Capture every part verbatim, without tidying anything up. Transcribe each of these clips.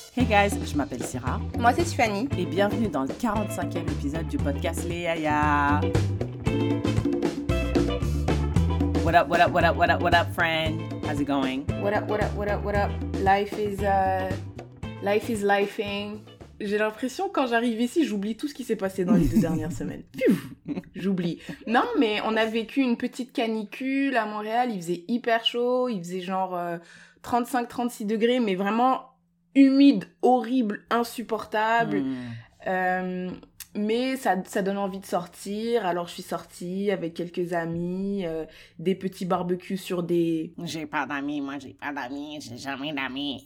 Hey guys, je m'appelle Syrah. Moi c'est Tiffany. Et bienvenue dans le quarante-cinquième épisode du podcast Les Yaya. What up, what up, what up, what up, what up, friend? How's it going? What up, what up, what up, what up? Life is, uh, life is lifing. J'ai l'impression quand j'arrive ici, j'oublie tout ce qui s'est passé dans les deux dernières semaines. Pfiou, j'oublie. Non, mais on a vécu une petite canicule à Montréal. Il faisait hyper chaud. Il faisait genre euh, trente-cinq trente-six degrés, mais vraiment humide, horrible, insupportable. Mm. Euh, mais ça, ça donne envie de sortir. Alors, je suis sortie avec quelques amis, euh, des petits barbecues sur des... J'ai pas d'amis, moi j'ai pas d'amis, j'ai jamais d'amis.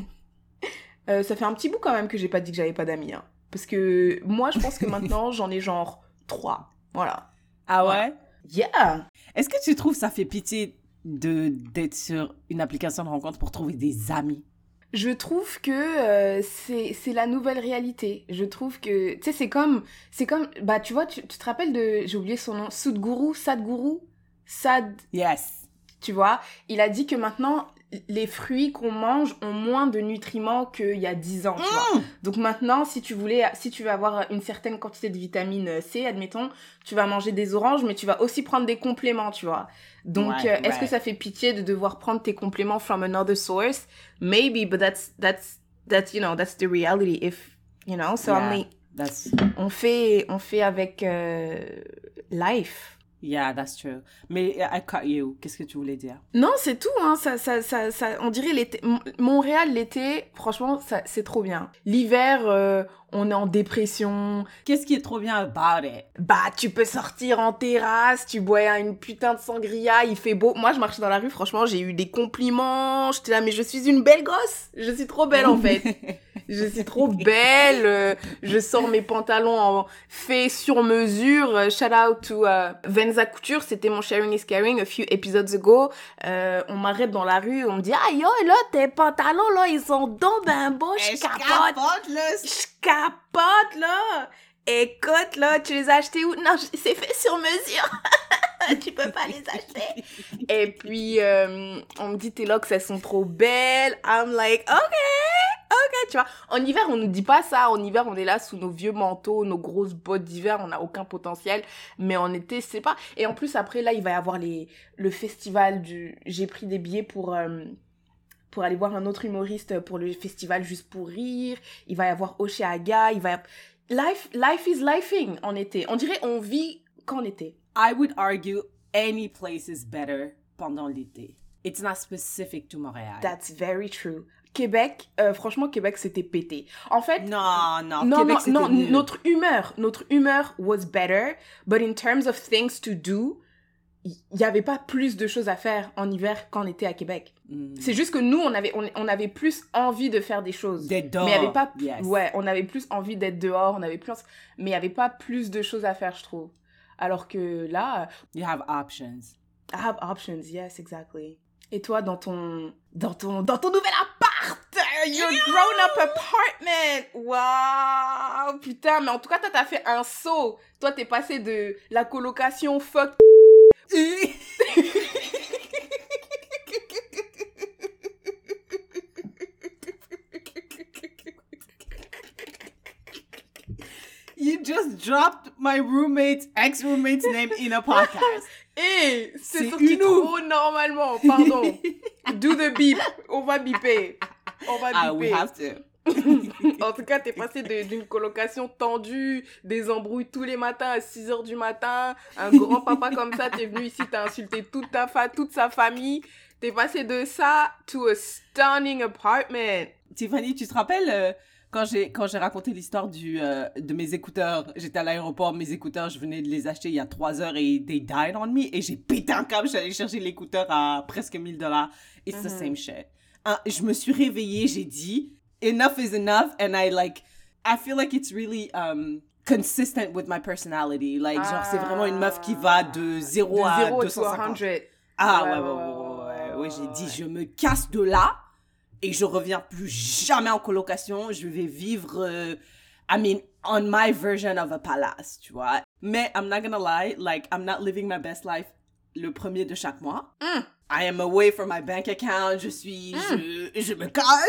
Euh, ça fait un petit bout quand même que j'ai pas dit que j'avais pas d'amis. Hein. Parce que moi, je pense que maintenant, j'en ai genre trois. Voilà. Ah ouais? Yeah! Est-ce que tu trouves ça fait pitié de, d'être sur une application de rencontre pour trouver des amis? Je trouve que euh, c'est, c'est la nouvelle réalité. Je trouve que... Tu sais, c'est comme... C'est comme... Bah, tu vois, tu, tu te rappelles de... J'ai oublié son nom. Sadhguru? Sadhguru? Sad... Yes. Tu vois? Il a dit que maintenant... les fruits qu'on mange ont moins de nutriments qu'il y a dix ans, tu mmh. vois. Donc maintenant, si tu voulais, si tu veux avoir une certaine quantité de vitamine C, admettons, tu vas manger des oranges, mais tu vas aussi prendre des compléments, tu vois. Donc, ouais, euh, est-ce ouais. que ça fait pitié de devoir prendre tes compléments from another source? Maybe, but that's, that's, that's, you know, that's the reality. If, you know, so yeah, only, that's... on fait, on fait avec euh, life. Yeah, that's true. Mais I cut you. Qu'est-ce que tu voulais dire? Non, c'est tout. Hein. Ça, ça, ça, ça, on dirait l'été. Montréal, l'été, franchement, ça, c'est trop bien. L'hiver, euh, on est en dépression. Qu'est-ce qui est trop bien about it? Bah, tu peux sortir en terrasse, tu bois une putain de sangria, il fait beau. Moi, je marchais dans la rue, franchement, j'ai eu des compliments. J'étais là, mais je suis une belle gosse. Je suis trop belle, en fait. Je suis trop belle. Euh, je sors mes pantalons en fait sur mesure. Shout out to uh, Venza Couture. C'était mon sharing is caring a few episodes ago. Euh, on m'arrête dans la rue. On me dit, ah yo, là, tes pantalons, là, ils sont donc ben beaux. Je capote. Je capote, là. Écoute, là, tu les as achetés où? Non, c'est fait sur mesure. Tu peux pas les acheter. Et puis, euh, on me dit, tes locks, elles sont trop belles. I'm like, ok, ok, tu vois. En hiver, on nous dit pas ça. En hiver, on est là sous nos vieux manteaux, nos grosses bottes d'hiver. On n'a aucun potentiel. Mais en été, c'est pas. Et en plus, après, là, il va y avoir les, le festival du... J'ai pris des billets pour... Euh, pour aller voir un autre humoriste pour le festival Juste pour rire. Il va y avoir Oceaga. Il va y avoir... Life, life is lifing en été. On dirait on vit qu'en été. I would argue any place is better pendant l'été. It's not specific to Montréal. That's very true. Québec, euh, franchement, Québec, c'était pété. En fait... Non, non, non Québec, non, c'était non, mieux. Notre humeur, notre humeur was better, but in terms of things to do, il n'y avait pas plus de choses à faire en hiver qu'en été à Québec. Mm. C'est juste que nous, on avait, on, on avait plus envie de faire des choses. D'être dehors. Mais il y avait pas... Yes. Ouais, on avait plus envie d'être dehors, on avait plus... Mais il n'y avait pas plus de choses à faire, je trouve. Alors que là... You have options. I have options, yes, exactly. Et toi, dans ton... Dans ton, dans ton nouvel appart! Your yeah. grown-up apartment! Waouh! Putain, mais en tout cas, toi, t'as fait un saut. Toi, t'es passé de la colocation fuck... You just dropped my roommate's ex-roommate's name in a podcast. Et c'est, c'est sorti trop normalement, pardon. Do the beep. On va biper. On va biper. Ah, we have to. En tout cas, t'es passé de, d'une colocation tendue, des embrouilles tous les matins à six heures du matin, un grand-papa comme ça, t'es venu ici, t'as insulté toute ta fa- toute sa famille. T'es passé de ça to a stunning apartment. Tiffany, tu te rappelles euh, quand j'ai quand j'ai raconté l'histoire du euh, de mes écouteurs, j'étais à l'aéroport, mes écouteurs, je venais de les acheter il y a trois heures et they died on me et j'ai pété un câble, j'allais chercher l'écouteur à presque mille dollars. It's mm-hmm. the same shit. Hein, je me suis réveillée, j'ai dit enough is enough, and I like I feel like it's really um consistent with my personality. Like ah, genre c'est vraiment une meuf qui va de zéro à deux cent cinquante. Ah ouais ouais ouais ouais, ouais, ouais, ouais. J'ai dit je me casse de là et je reviens plus jamais en colocation. Je vais vivre euh, I mean on my version of a palace, tu vois. Mais I'm not gonna lie, like I'm not living my best life le premier de chaque mois. Mm. I am away from my bank account. Je suis mm. je, je me cache.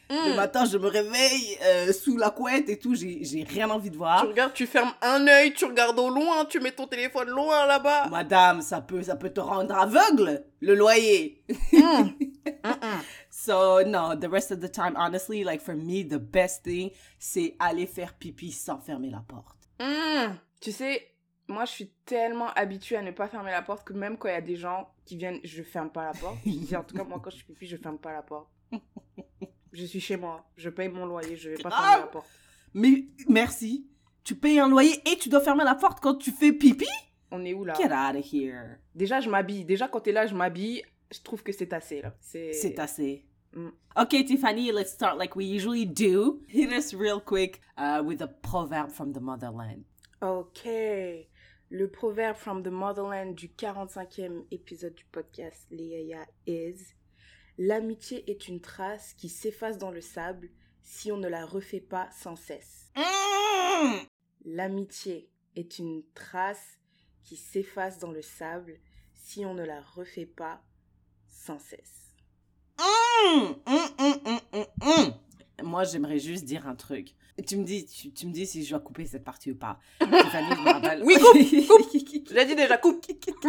Le matin, je me réveille euh, sous la couette et tout, j'ai, j'ai rien envie de voir. Tu regardes, tu fermes un œil, tu regardes au loin, tu mets ton téléphone loin là-bas. Madame, ça peut, ça peut te rendre aveugle, le loyer. Mm. Mm-mm. So, no, the rest of the time, honestly, like for me, the best thing, c'est aller faire pipi sans fermer la porte. Mm. Tu sais, moi, je suis tellement habituée à ne pas fermer la porte que même quand il y a des gens qui viennent, je ferme pas la porte. Je dis, en tout cas, moi, quand je fais pipi, je ferme pas la porte. Je suis chez moi, je paye mon loyer, je vais pas fermer la porte. Mais merci, tu payes un loyer et tu dois fermer la porte quand tu fais pipi? On est où là? Get out of here. Déjà, je m'habille. Déjà, quand t'es là, je m'habille. Je trouve que c'est assez là. C'est, c'est assez. Mm. Okay, Tiffany, let's start like we usually do. Hit us real quick uh, with a proverb from the motherland. Ok. Le proverbe from the motherland du quarante-cinquième épisode du podcast Léa is: l'amitié est une trace qui s'efface dans le sable si on ne la refait pas sans cesse. Mm! L'amitié est une trace qui s'efface dans le sable si on ne la refait pas sans cesse. Mm, mm, mm, mm, mm, mm. Moi, j'aimerais juste dire un truc. Tu me dis, tu, tu me dis si je dois couper cette partie ou pas. Tiffany, je me rappelle. Oui, coupe, coupe. Je l'ai dit déjà, coupe.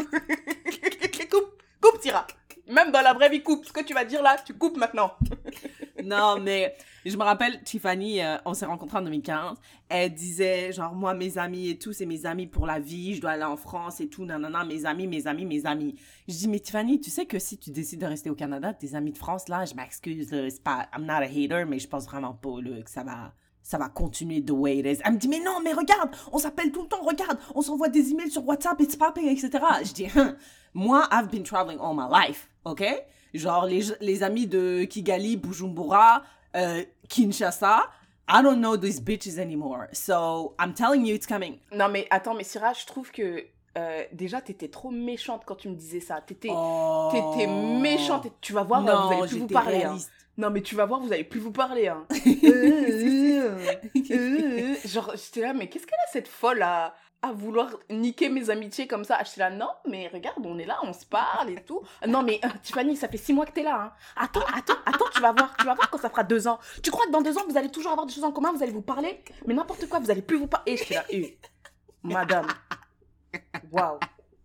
Coupe, coupe, Tira. Même dans la vraie vie, coupe. Ce que tu vas dire là, tu coupes maintenant. Non, mais je me rappelle, Tiffany, euh, on s'est rencontrés en deux mille quinze. Elle disait, genre, moi, mes amis et tout, c'est mes amis pour la vie. Je dois aller en France et tout, nanana, mes amis, mes amis, mes amis. Je dis, mais Tiffany, tu sais que si tu décides de rester au Canada, tes amis de France, là, je m'excuse, là, c'est pas, I'm not a hater, mais je pense vraiment pas, là, que ça va... ça va continuer the way it is. Elle me dit, mais non, mais regarde, on s'appelle tout le temps, regarde, on s'envoie des emails sur WhatsApp, it's popping, et cetera. Je dis, hein, moi, I've been traveling all my life, ok? Genre, les, les amis de Kigali, Bujumbura, euh, Kinshasa, I don't know these bitches anymore. So, I'm telling you, it's coming. Non, mais attends, mais Syrah, je trouve que euh, déjà, t'étais trop méchante quand tu me disais ça. T'étais, oh. t'étais méchante. Et tu vas voir, non, vous allez plus vous parler. Hein. Non, mais tu vas voir, vous allez plus vous parler. Hein. Genre, j'étais là, mais qu'est-ce qu'elle a cette folle à, à vouloir niquer mes amitiés comme ça? J'étais là, non, mais regarde, on est là, on se parle et tout. Non, mais euh, Tiffany, ça fait six mois que t'es là. Hein. Attends, attends, attends, tu vas voir. Tu vas voir quand ça fera deux ans. Tu crois que dans deux ans, vous allez toujours avoir des choses en commun, vous allez vous parler? Mais n'importe quoi, vous allez plus vous parler. Et j'étais là, eh, madame. Waouh.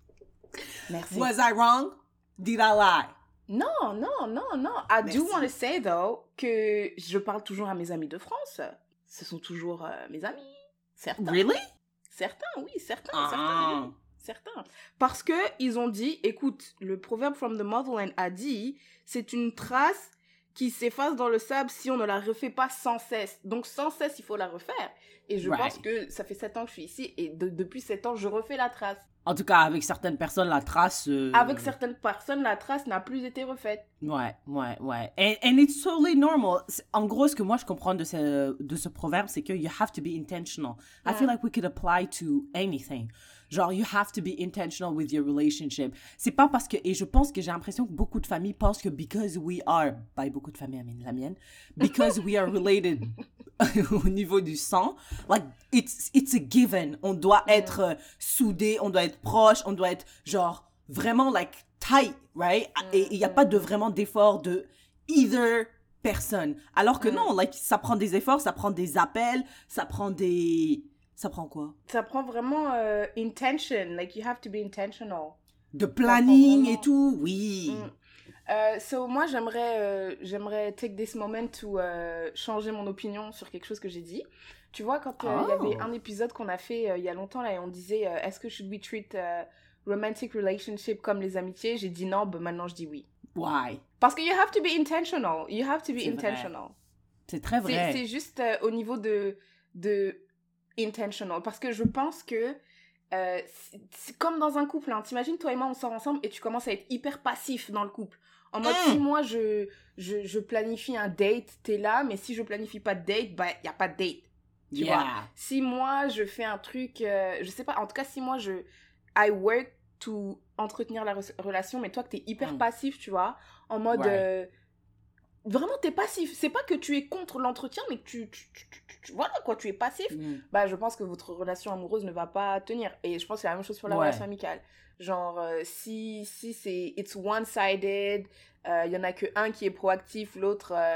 Merci. Was I wrong? Did I lie? Non, non, non, non. I Merci. do want to say, though, que je parle toujours à mes amis de France. Ce sont toujours euh, mes amis. Certains. Really? Certains, oui, certains, Ah. certains, oui. Certains. Parce que ils ont dit, écoute, le proverbe from the motherland a dit, c'est une trace qui s'efface dans le sable si on ne la refait pas sans cesse. Donc, sans cesse, il faut la refaire. Et je Right. pense que ça fait sept ans que je suis ici et de- depuis sept ans, je refais la trace. En tout cas, avec certaines personnes, la trace... euh, Avec certaines personnes, la trace n'a plus été refaite. Ouais, ouais, ouais. And, and it's totally normal. C'est- En gros, ce que moi, je comprends de ce, de ce proverbe, c'est que you have to be intentional. I feel like we could apply to anything. Genre, you have to be intentional with your relationship. C'est pas parce que... Et je pense que j'ai l'impression que beaucoup de familles pensent que because we are... By beaucoup de familles, I mean la mienne. Because we are related au niveau du sang. Like, it's, it's a given. On doit être euh, soudés, on doit être proches, on doit être, genre, vraiment, like, tight, right? Et il n'y a pas de vraiment d'effort de either personne. Alors que non, like, ça prend des efforts, ça prend des appels, ça prend des... Ça prend quoi? Ça prend vraiment euh, intention. Like, you have to be intentional. De planning vraiment- et tout, oui. Mm. Euh, so, moi, j'aimerais, euh, j'aimerais take this moment to euh, changer mon opinion sur quelque chose que j'ai dit. Tu vois, quand euh, il y Oh. avait un épisode qu'on a fait euh, il y a longtemps, là, et on disait, euh, est-ce que should we treat euh, romantic relationship comme les amitiés? J'ai dit non, bah, maintenant je dis oui. Why? Parce que you have to be intentional. You have to be C'est vrai. intentional. C'est très C'est, vrai. c'est juste euh, au niveau de, de intentional. Parce que je pense que euh, c'est, c'est comme dans un couple. Hein. T'imagines, toi et moi, on sort ensemble et tu commences à être hyper passif dans le couple. En mode, Mm. si moi, je, je, je planifie un date, t'es là, mais si je planifie pas de date, bah, y a pas de date. Tu Yeah. vois. Si moi, je fais un truc, euh, je sais pas, en tout cas, si moi, je... I work to entretenir la re- relation, mais toi, que t'es hyper Mm. passif, tu vois, en mode... Ouais. euh, vraiment, t'es passif. C'est pas que tu es contre l'entretien, mais que tu... tu, tu, tu- tu- voilà, quoi, tu es passif. Mm. Bah, je pense que votre relation amoureuse ne va pas tenir. Et je pense que c'est la même chose pour la Ouais. relation amicale. Genre, euh, si, si c'est... It's one-sided, il y en a que un qui est proactif, l'autre... euh,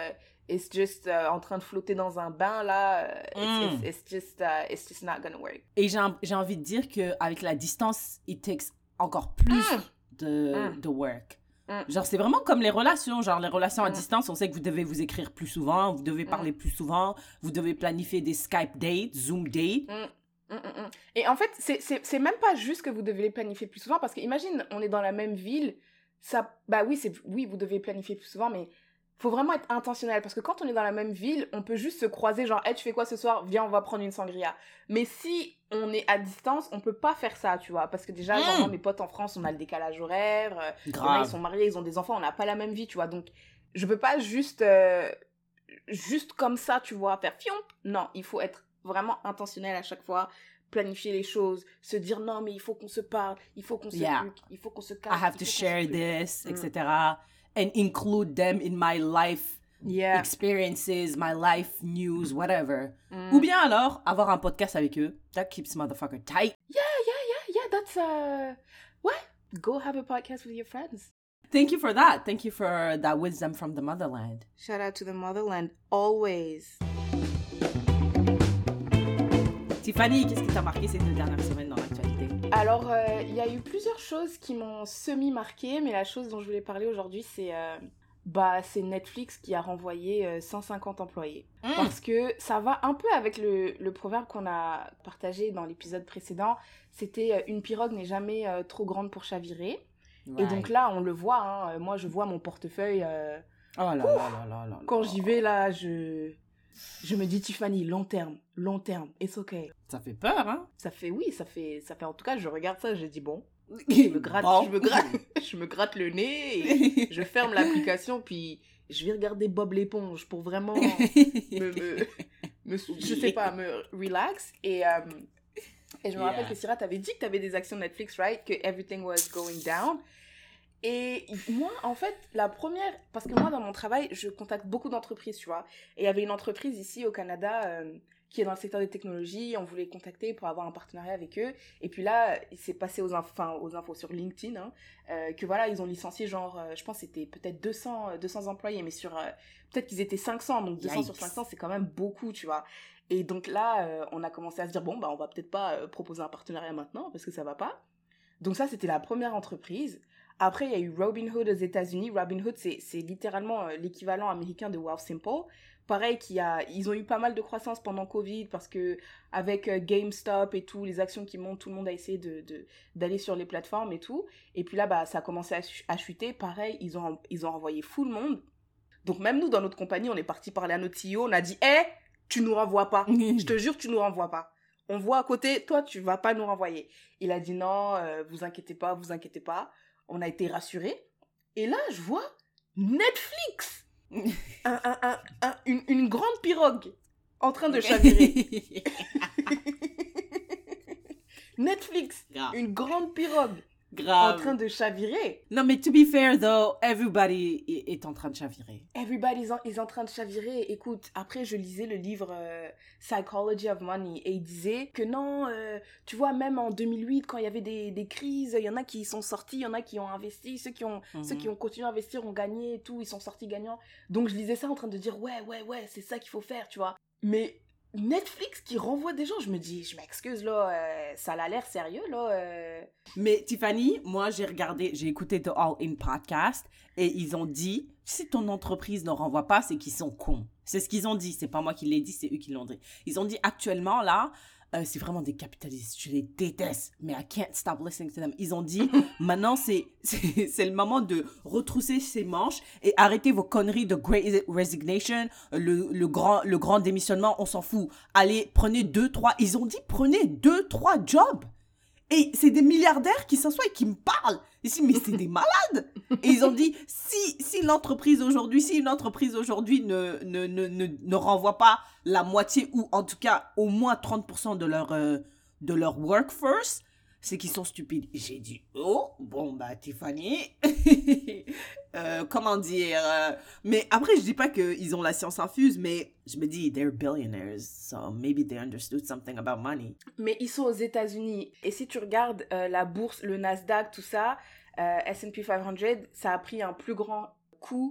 it's just uh, en train de flotter dans un bain, là, uh, Mm. it's, it's, it's, just, uh, it's just not gonna work. Et j'ai, j'ai envie de dire qu'avec la distance, it takes encore plus Mm. de, Mm. de work. Mm. Genre, c'est vraiment comme les relations. Genre, les relations à Mm. distance, on sait que vous devez vous écrire plus souvent, vous devez parler plus souvent, vous devez planifier des Skype dates, Zoom dates. Mm. Mm, mm, mm. Et en fait, c'est, c'est, c'est même pas juste que vous devez les planifier plus souvent, parce que imagine, on est dans la même ville, ça, bah oui, c'est, oui, vous devez planifier plus souvent, mais faut vraiment être intentionnel, parce que quand on est dans la même ville, on peut juste se croiser, genre, hey, tu fais quoi ce soir? Viens, on va prendre une sangria. Mais si on est à distance, on peut pas faire ça, tu vois, parce que déjà, Mm. genre, moi, mes potes en France, on a le décalage horaire, euh, il y en a, ils Grave. sont mariés, ils ont des enfants, on n'a pas la même vie, tu vois, donc je peux pas juste, euh, juste comme ça, tu vois, faire fion. Non, il faut être vraiment intentionnel à chaque fois, planifier les choses, se dire non, mais il faut qu'on se parle, il faut qu'on se Yeah. truc, il faut qu'on se I casse. have il to faut qu'on se share truc. this, Mm. et cetera. And include them in my life Yeah. experiences, my life news, whatever. Mm. Ou bien alors, avoir un podcast avec eux. That keeps motherfucker tight. Yeah, yeah, that's uh, what? Go have a podcast with your friends. Thank you for that. Thank you for that wisdom from the motherland. Shout out to the motherland, always. Tiffany, qu'est-ce qui t'a marqué ces deux dernières semaines dans l'actualité? Alors, euh, il y a eu plusieurs choses qui m'ont semi-marqué, mais la chose dont je voulais parler aujourd'hui, c'est euh, bah, c'est Netflix qui a renvoyé euh, cent cinquante employés. Mm. Parce que ça va un peu avec le, le proverbe qu'on a partagé dans l'épisode précédent. C'était euh, une pirogue n'est jamais euh, trop grande pour chavirer. Et Right. donc là, on le voit, hein, euh, moi je vois mon portefeuille. euh, Oh là là là là là. quand j'y vais là, je, je me dis Tiffany, long terme, long terme, it's okay. Ça fait peur, hein? Ça fait, oui, ça fait, ça fait en tout cas, je regarde ça, je dis bon. Je me gratte, Bon. je me gratte, je me gratte le nez et je ferme l'application puis je vais regarder Bob l'éponge pour vraiment me, me, me- je sais pas, me relax et euh, et je me Yeah. rappelle que Syrah t'avais dit que t'avais des actions Netflix, right, que everything was going down. Et moi, en fait, la première, parce que moi, dans mon travail, je contacte beaucoup d'entreprises, tu vois. Et il y avait une entreprise ici au Canada euh, qui est dans le secteur des technologies. On voulait contacter pour avoir un partenariat avec eux. Et puis là, il s'est passé aux, inf- enfin, aux infos sur LinkedIn, hein, euh, que voilà, ils ont licencié genre, euh, je pense que c'était peut-être deux cents, euh, deux cents employés, mais sur, euh, peut-être qu'ils étaient cinq cents. Donc deux cents sur Yikes. cinq cents, c'est quand même beaucoup, tu vois. Et donc là, euh, on a commencé à se dire, bon, bah, on va peut-être pas euh, proposer un partenariat maintenant parce que ça va pas. Donc ça, c'était la première entreprise. Après, il y a eu Robinhood aux États-Unis. Robinhood, c'est, c'est littéralement euh, l'équivalent américain de Wealthsimple. Pareil, qui a, ils ont eu pas mal de croissance pendant Covid parce que avec euh, GameStop et tout, les actions qui montent, tout le monde a essayé de, de, d'aller sur les plateformes et tout. Et puis là, bah, ça a commencé à, ch- à chuter. Pareil, ils ont, ils ont envoyé full monde. Donc même nous, dans notre compagnie, on est parti parler à notre C E O. On a dit, hé, tu nous renvoies pas. Je te jure, tu nous renvoies pas. On voit à côté, toi, tu vas pas nous renvoyer. Il a dit non, euh, vous inquiétez pas, vous inquiétez pas. On a été rassurés. Et là, je vois Netflix. Un, un, un, un- une, une grande pirogue en train de chavirer. Netflix, Grave. une grande pirogue en Grave. train de chavirer. Non, mais to be fair, though, everybody i- est en train de chavirer. Everybody is en, is en train de chavirer. Écoute, après, je lisais le livre euh, Psychology of Money et il disait que non, euh, tu vois, même en deux mille huit, quand il y avait des, des crises, il y en a qui sont sortis, il y en a qui ont investi, ceux qui ont, Mhm. ceux qui ont continué à investir ont gagné et tout, ils sont sortis gagnants. Donc, je lisais ça en train de dire, ouais, ouais, ouais, c'est ça qu'il faut faire, tu vois. Mais Netflix qui renvoie des gens, je me dis, je m'excuse, là, euh, ça a l'air sérieux, là. euh. Mais Tiffany, moi, j'ai regardé, j'ai écouté The All In podcast et ils ont dit, si ton entreprise ne renvoie pas, c'est qu'ils sont cons. C'est ce qu'ils ont dit, c'est pas moi qui l'ai dit, c'est eux qui l'ont dit. Ils ont dit, actuellement, là, euh, c'est vraiment des capitalistes, je les déteste, mais I can't stop listening to them. Ils ont dit, maintenant, c'est, c'est, c'est le moment de retrousser ses manches et arrêter vos conneries de Great Resignation, le, le, grand, le grand démissionnement, on s'en fout. Allez, prenez deux, trois, ils ont dit, prenez deux, trois jobs. Et c'est des milliardaires qui s'assoient et qui me parlent. Ici, mais c'est des malades. Et ils ont dit, si, si l'entreprise aujourd'hui, si une entreprise aujourd'hui ne, ne, ne, ne, ne renvoie pas la moitié ou en tout cas au moins trente pour cent de leur, euh, de leur workforce, c'est qu'ils sont stupides. Et j'ai dit, oh, bon, bah, Tiffany, euh, comment dire, euh, mais après, je dis pas qu'ils ont la science infuse, mais je me dis, they're billionaires, so maybe they understood something about money. Mais ils sont aux États-Unis. Et si tu regardes euh, la bourse, le Nasdaq, tout ça, euh, S and P cinq cents, ça a pris un plus grand coup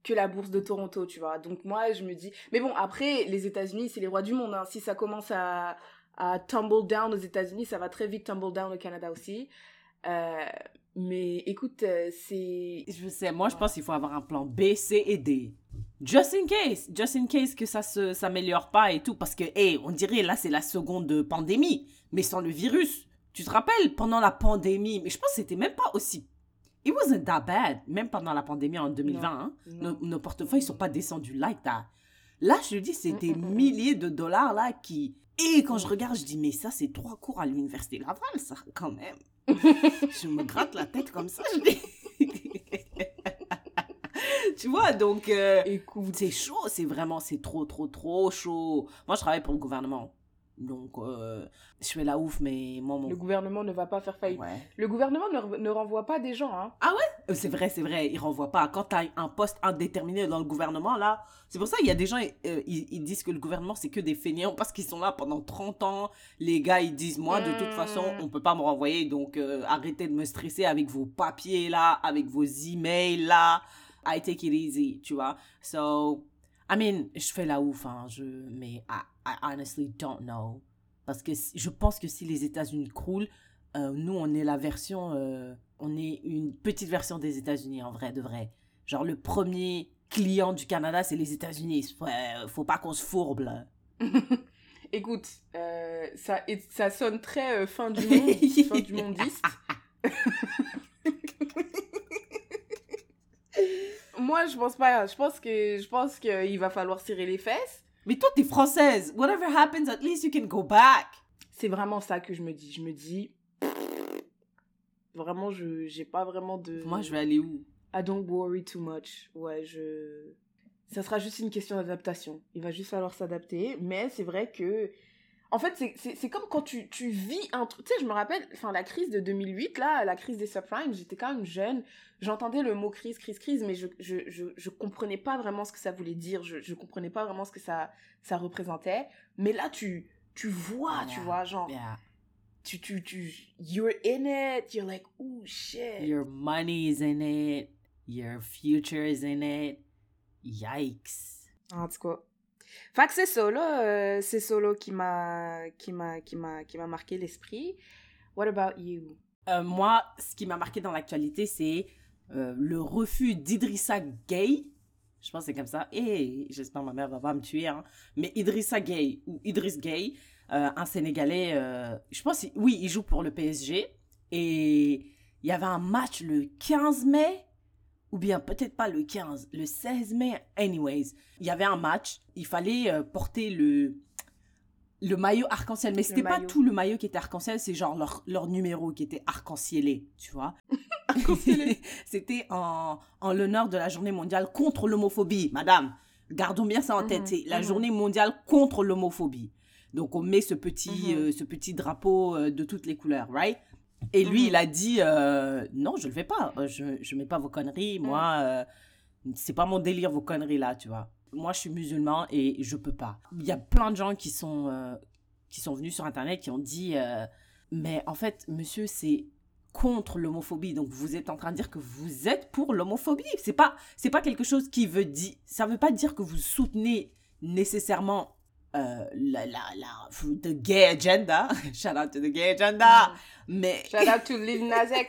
que la bourse de Toronto, tu vois. Donc moi, je me dis... Mais bon, après, les États-Unis, c'est les rois du monde. Hein. Si ça commence à, à tumble down aux États-Unis, ça va très vite tumble down au Canada aussi. Euh, mais écoute, euh, c'est... Je sais, moi, je pense qu'il faut avoir un plan B, C et D. Just in case. Just in case que ça ne s'améliore pas et tout. Parce que, hey, on dirait, là, c'est la seconde pandémie. Mais sans le virus. Tu te rappelles, pendant la pandémie, mais je pense que c'était même pas aussi... It wasn't that bad. Même pendant la pandémie en deux mille vingt, hein, nos, nos portefeuilles ne sont pas descendus like that. Là, je te dis, c'est des milliers de dollars là qui... Et quand je regarde, je dis, mais ça, c'est trois cours à l'université Laval, ça, quand même. Je me gratte la tête comme ça, je dis... Tu vois, donc, euh, écoute, c'est chaud, c'est vraiment, c'est trop, trop, trop chaud. Moi, je travaille pour le gouvernement. Donc, euh, je fais la ouf, mais moi, mon... Le gouvernement ne va pas faire faillite. Ouais. Le gouvernement ne, ne renvoie pas des gens, hein. Ah ouais? C'est vrai, c'est vrai, il renvoie pas. Quand t'as un poste indéterminé dans le gouvernement, là, c'est pour ça qu'il y a des gens, euh, ils, ils disent que le gouvernement, c'est que des fainéants parce qu'ils sont là pendant trente ans. Les gars, ils disent, moi, de toute façon, on peut pas me renvoyer, donc euh, arrêtez de me stresser avec vos papiers, là, avec vos emails, là. I take it easy, tu vois. So... I mean, je fais la ouf, hein, je, mais I, I honestly don't know. Parce que si, je pense que si les États-Unis croulent, euh, nous, on est la version, euh, on est une petite version des États-Unis, en vrai, de vrai. Genre, le premier client du Canada, c'est les États-Unis. Ouais, faut pas qu'on se fourbe, là. Écoute, euh, ça, ça sonne très euh, fin du monde, fin du mondiste. Moi, je pense pas. Je pense que je pense qu'il va falloir serrer les fesses. Mais toi, t'es française. Whatever happens, at least you can go back. C'est vraiment ça que je me dis. Je me dis... Vraiment, je j'ai pas vraiment de... Moi, je vais aller où? I don't worry too much. Ouais, je... Ça sera juste une question d'adaptation. Il va juste falloir s'adapter. Mais c'est vrai que... En fait, c'est, c'est, c'est comme quand tu, tu vis un truc... Tu sais, je me rappelle, enfin, la crise de deux mille huit, là, la crise des subprimes, j'étais quand même jeune. J'entendais le mot crise, crise, crise, mais je, je, je, je comprenais pas vraiment ce que ça voulait dire. Je, je comprenais pas vraiment ce que ça, ça représentait. Mais là, tu, tu vois, yeah, tu vois, genre... Yeah. Tu, tu, tu... You're in it. You're like, oh, shit. Your money is in it. Your future is in it. Yikes. En tout cas... Fait que c'est ça, là, euh, c'est ça, là, qui m'a, qui m'a, qui m'a, qui m'a marqué l'esprit. What about you? Euh, moi, ce qui m'a marqué dans l'actualité, c'est euh, le refus d'Idrissa Gueye. Je pense que c'est comme ça. Et hey, j'espère que ma mère va pas me tuer. Hein. Mais Idrissa Gueye, ou Idriss Gueye, euh, un Sénégalais, euh, je pense, oui, il joue pour le P S G. Et il y avait un match le quinze mai. Ou bien peut-être pas le quinze, le seize mai, anyways. Il y avait un match, il fallait euh, porter le, le maillot arc-en-ciel. Mais c'était pas tout le maillot qui était arc-en-ciel, c'est genre leur, leur numéro qui était arc-en-cielé, tu vois. Arc-en-cielé. C'était en, en l'honneur de la journée mondiale contre l'homophobie, madame. Gardons bien ça en tête, mmh, c'est la mmh. journée mondiale contre l'homophobie. Donc on met ce petit, mmh. euh, ce petit drapeau euh, de toutes les couleurs, right? Et lui, mm-hmm. il a dit, euh, non, je le fais pas. Je ne mets pas vos conneries. Moi, euh, c'est pas mon délire, vos conneries là, tu vois. Moi, je suis musulman et je peux pas. Il y a plein de gens qui sont, euh, qui sont venus sur Internet qui ont dit, euh, mais en fait, monsieur, c'est contre l'homophobie. Donc, vous êtes en train de dire que vous êtes pour l'homophobie. C'est pas, c'est pas quelque chose qui veut dire... Ça veut pas dire que vous soutenez nécessairement... Euh, la, la, la, the gay agenda. Shout out to the gay agenda. Mm. Mais... Shout out to Lil Nas X.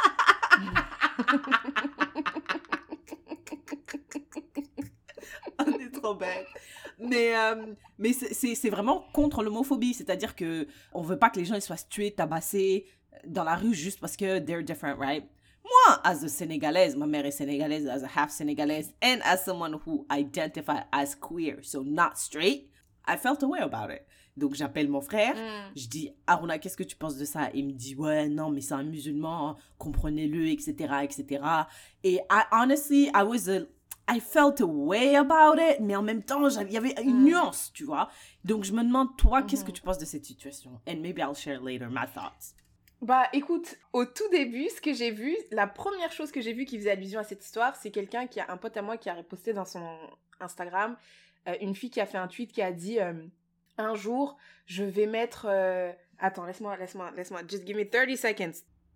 On est trop bête. Mais, euh, mais c'est, c'est, c'est vraiment contre l'homophobie. C'est-à-dire qu'on ne veut pas que les gens ils soient tués, tabassés dans la rue juste parce que they're different, right? Moi, as a Sénégalaise, ma mère est sénégalaise, as a half Sénégalaise, and as someone who identify as queer, so not straight, I felt a way about it. Donc, j'appelle mon frère. Mm. Je dis, Aruna, qu'est-ce que tu penses de ça? Il me dit, ouais, non, mais c'est un musulman, hein, comprenez-le, et cetera, et cetera. Et I, honestly, I was a, I felt a way about it, mais en même temps, il y avait une mm. nuance, tu vois. Donc, je me demande, toi, mm-hmm. qu'est-ce que tu penses de cette situation? And maybe I'll share later my thoughts. Bah, écoute, au tout début, ce que j'ai vu, la première chose que j'ai vue qui faisait allusion à cette histoire, c'est quelqu'un qui a, un pote à moi qui a reposté dans son Instagram, euh, une fille qui a fait un tweet qui a dit euh, un jour, je vais mettre... Euh... Attends, laisse-moi, laisse-moi, laisse-moi. Just give me thirty seconds.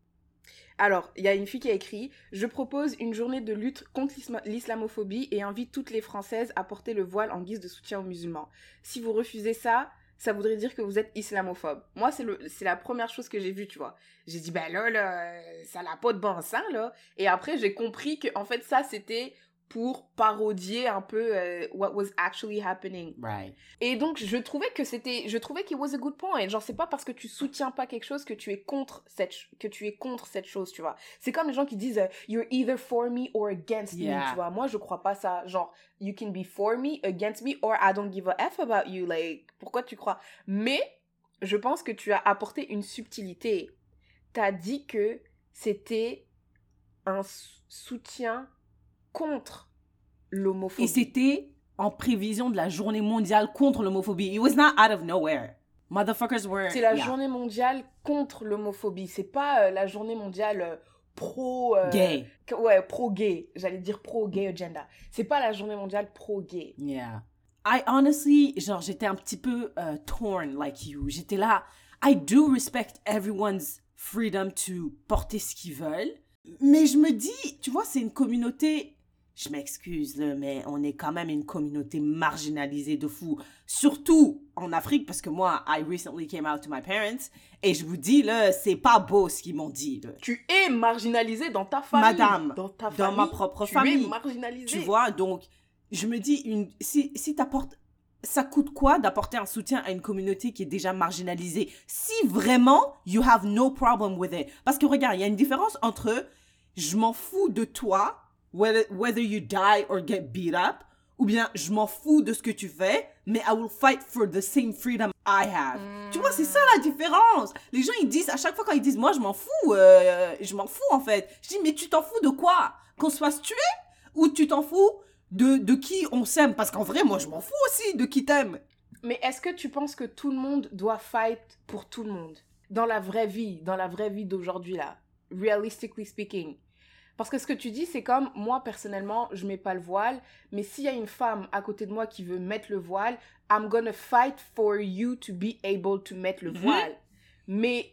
Alors, il y a une fille qui a écrit « Je propose une journée de lutte contre l'isma- l'islamophobie et invite toutes les Françaises à porter le voile en guise de soutien aux musulmans. Si vous refusez ça, ça voudrait dire que vous êtes islamophobe. » Moi, c'est, le, c'est la première chose que j'ai vue, tu vois. J'ai dit « Ben là, là, ça n'a pas de bon sens, là. » Et après, j'ai compris que en fait, ça, c'était pour parodier un peu euh, what was actually happening. Right. Et donc, je trouvais que c'était... Je trouvais qu'il was a good point. Genre, c'est pas parce que tu soutiens pas quelque chose que tu es contre cette, ch- que tu es contre cette chose, tu vois. C'est comme les gens qui disent euh, « You're either for me or against Yeah. me », tu vois. Moi, je crois pas ça. Genre, « You can be for me, against me, or I don't give a F about you ». Like, pourquoi tu crois? Mais, je pense que tu as apporté une subtilité. T'as dit que c'était un s- soutien contre l'homophobie. Et c'était en prévision de la journée mondiale contre l'homophobie. It was not out of nowhere. Motherfuckers were... C'est la yeah. journée mondiale contre l'homophobie. C'est pas euh, la journée mondiale euh, pro... euh, Gay. que- ouais, pro-gay. J'allais dire pro-gay agenda. C'est pas la journée mondiale pro-gay. Yeah. I honestly, genre, j'étais un petit peu uh, torn like you. J'étais là, I do respect everyone's freedom to porter ce qu'ils veulent. Mais je me dis, tu vois, c'est une communauté... Je m'excuse, là, mais on est quand même une communauté marginalisée de fou. Surtout en Afrique, parce que moi, I recently came out to my parents, et je vous dis, là, c'est pas beau ce qu'ils m'ont dit, là. Tu es marginalisé dans ta famille. Madame, dans ta dans famille, ma propre tu famille. es marginalisé. Tu vois, donc, je me dis, une, si, si t'apportes... Ça coûte quoi d'apporter un soutien à une communauté qui est déjà marginalisée? Si vraiment, you have no problem with it. Parce que regarde, il y a une différence entre je m'en fous de toi, whether, whether you die or get beat up, ou bien je m'en fous de ce que tu fais, mais I will fight for the same freedom I have. Mm. Tu vois, c'est ça la différence. Les gens, ils disent, à chaque fois quand ils disent, moi je m'en fous, euh, je m'en fous en fait. Je dis, mais tu t'en fous de quoi? Qu'on se fasse tuer? Ou tu t'en fous de, de qui on s'aime? Parce qu'en vrai, moi je m'en fous aussi de qui t'aime. Mais est-ce que tu penses que tout le monde doit fight pour tout le monde? Dans la vraie vie, dans la vraie vie d'aujourd'hui là. Realistically speaking. Parce que ce que tu dis, c'est comme, moi, personnellement, je mets pas le voile, mais s'il y a une femme à côté de moi qui veut mettre le voile, I'm gonna fight for you to be able to mettre le mm-hmm. voile. Mais,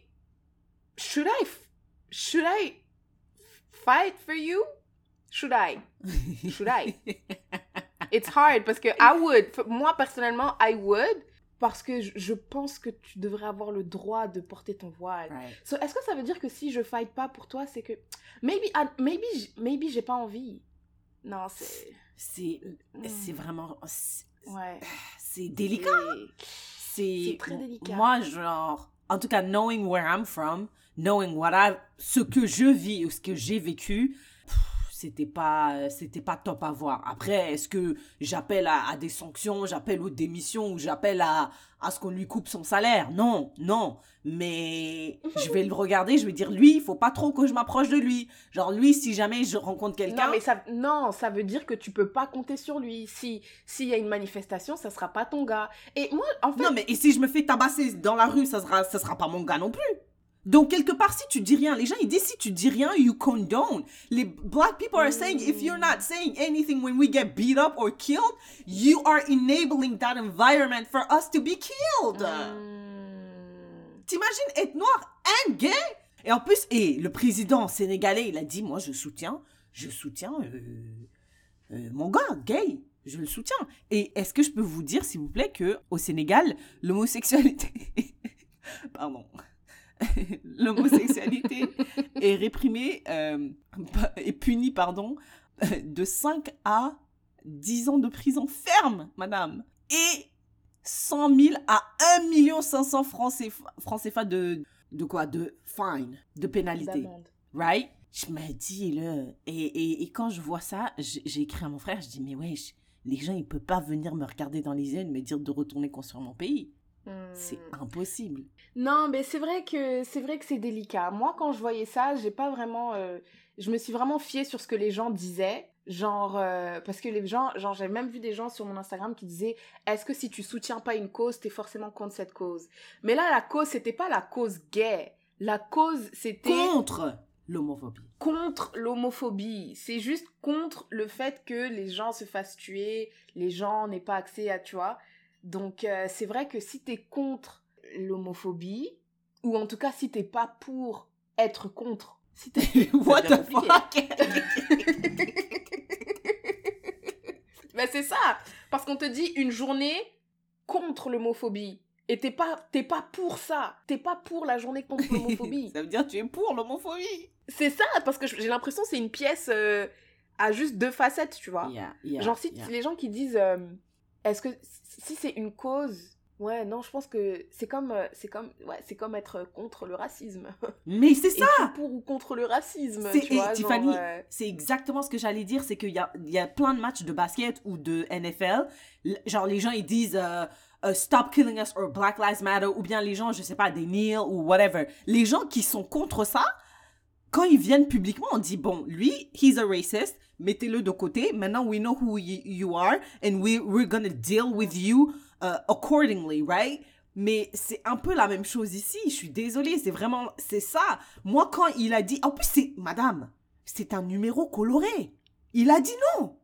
should I, should I fight for you? Should I? Should I? It's hard, parce que I would. Moi, personnellement, I would, parce que je, je pense que tu devrais avoir le droit de porter ton voile. Right. So, est-ce que ça veut dire que si je fight pas pour toi, c'est que... Maybe, I, maybe, maybe j'ai pas envie. Non, c'est... C'est, mm. c'est vraiment... C'est, ouais. C'est délicat. C'est, c'est très délicat. Moi, genre... En tout cas, knowing where I'm from, knowing what I... Ce que je vis ou ce que j'ai vécu... C'était pas, c'était pas top à voir. Après, est-ce que j'appelle à, à des sanctions, j'appelle aux démissions ou j'appelle à, à ce qu'on lui coupe son salaire? Non, non. Mais je vais le regarder, je vais dire, lui, il faut pas trop que je m'approche de lui. Genre, lui, si jamais je rencontre quelqu'un... Non, mais ça, non, ça veut dire que tu peux pas compter sur lui. Si, s'il y a une manifestation, ça sera pas ton gars. Et moi, en fait... Non, mais et si je me fais tabasser dans la rue, ça sera, ça sera pas mon gars non plus. Donc, quelque part, si tu dis rien, les gens, ils disent, si tu dis rien, you condone. Les black people are saying, if you're not saying anything when we get beat up or killed, you are enabling that environment for us to be killed. Mm. T'imagines être noir and gay? Et en plus, et le président sénégalais, il a dit, moi, je soutiens, je soutiens euh, euh, mon gars gay. Je le soutiens. Et est-ce que je peux vous dire, s'il vous plaît, que au Sénégal, l'homosexualité... Pardon... l'homosexualité est réprimée euh, et punie pardon de cinq à dix ans de prison ferme, madame, et cent mille à un million cinq cents francs C F A de de quoi, de fine, de pénalité, right? Je me dis là, et, et, et quand je vois ça, j'ai écrit à mon frère, je dis mais ouais, les gens ils peuvent pas venir me regarder dans les yeux et me dire de retourner construire mon pays. Hmm. C'est impossible. Non, mais c'est vrai que c'est vrai que c'est délicat. Moi, quand je voyais ça, j'ai pas vraiment, euh, je me suis vraiment fiée sur ce que les gens disaient, genre euh, parce que les gens, genre j'ai même vu des gens sur mon Instagram qui disaient, est-ce que si tu soutiens pas une cause, t'es forcément contre cette cause? Mais là, la cause, c'était pas la cause gay. La cause, c'était contre l'homophobie. Contre l'homophobie. C'est juste contre le fait que les gens se fassent tuer, les gens n'aient pas accès à, tu vois. Donc, euh, c'est vrai que si t'es contre l'homophobie, ou en tout cas si t'es pas pour être contre Si t'as... What bien the compliqué. fuck? Ben c'est ça, parce qu'on te dit une journée contre l'homophobie. Et t'es pas, t'es pas pour ça. T'es pas pour la journée contre l'homophobie. Ça veut dire que tu es pour l'homophobie. C'est ça, parce que j'ai l'impression que c'est une pièce euh, à juste deux facettes, tu vois. Yeah, yeah, Genre, si yeah. les gens qui disent, euh, est-ce que si c'est une cause... Ouais, non, je pense que c'est comme, euh, c'est comme, ouais, c'est comme être contre le racisme. Mais c'est ça! Es-tu pour ou contre le racisme, C'est, tu et vois, Tiffany, genre, euh, c'est exactement ce que j'allais dire, c'est qu'il y a, il y a plein de matchs de basket ou de N F L, l- genre les gens ils disent euh, euh, Stop killing us or Black Lives Matter, ou bien les gens, je sais pas, des kneel ou whatever. Les gens qui sont contre ça, quand ils viennent publiquement, on dit, bon, lui, he's a racist, mettez-le de côté, maintenant we know who y- you are, and we, we're gonna deal with you uh, accordingly, right? Mais c'est un peu la même chose ici, je suis désolée, c'est vraiment, c'est ça. Moi, quand il a dit, en plus, c'est, madame, c'est un numéro coloré. Il a dit non.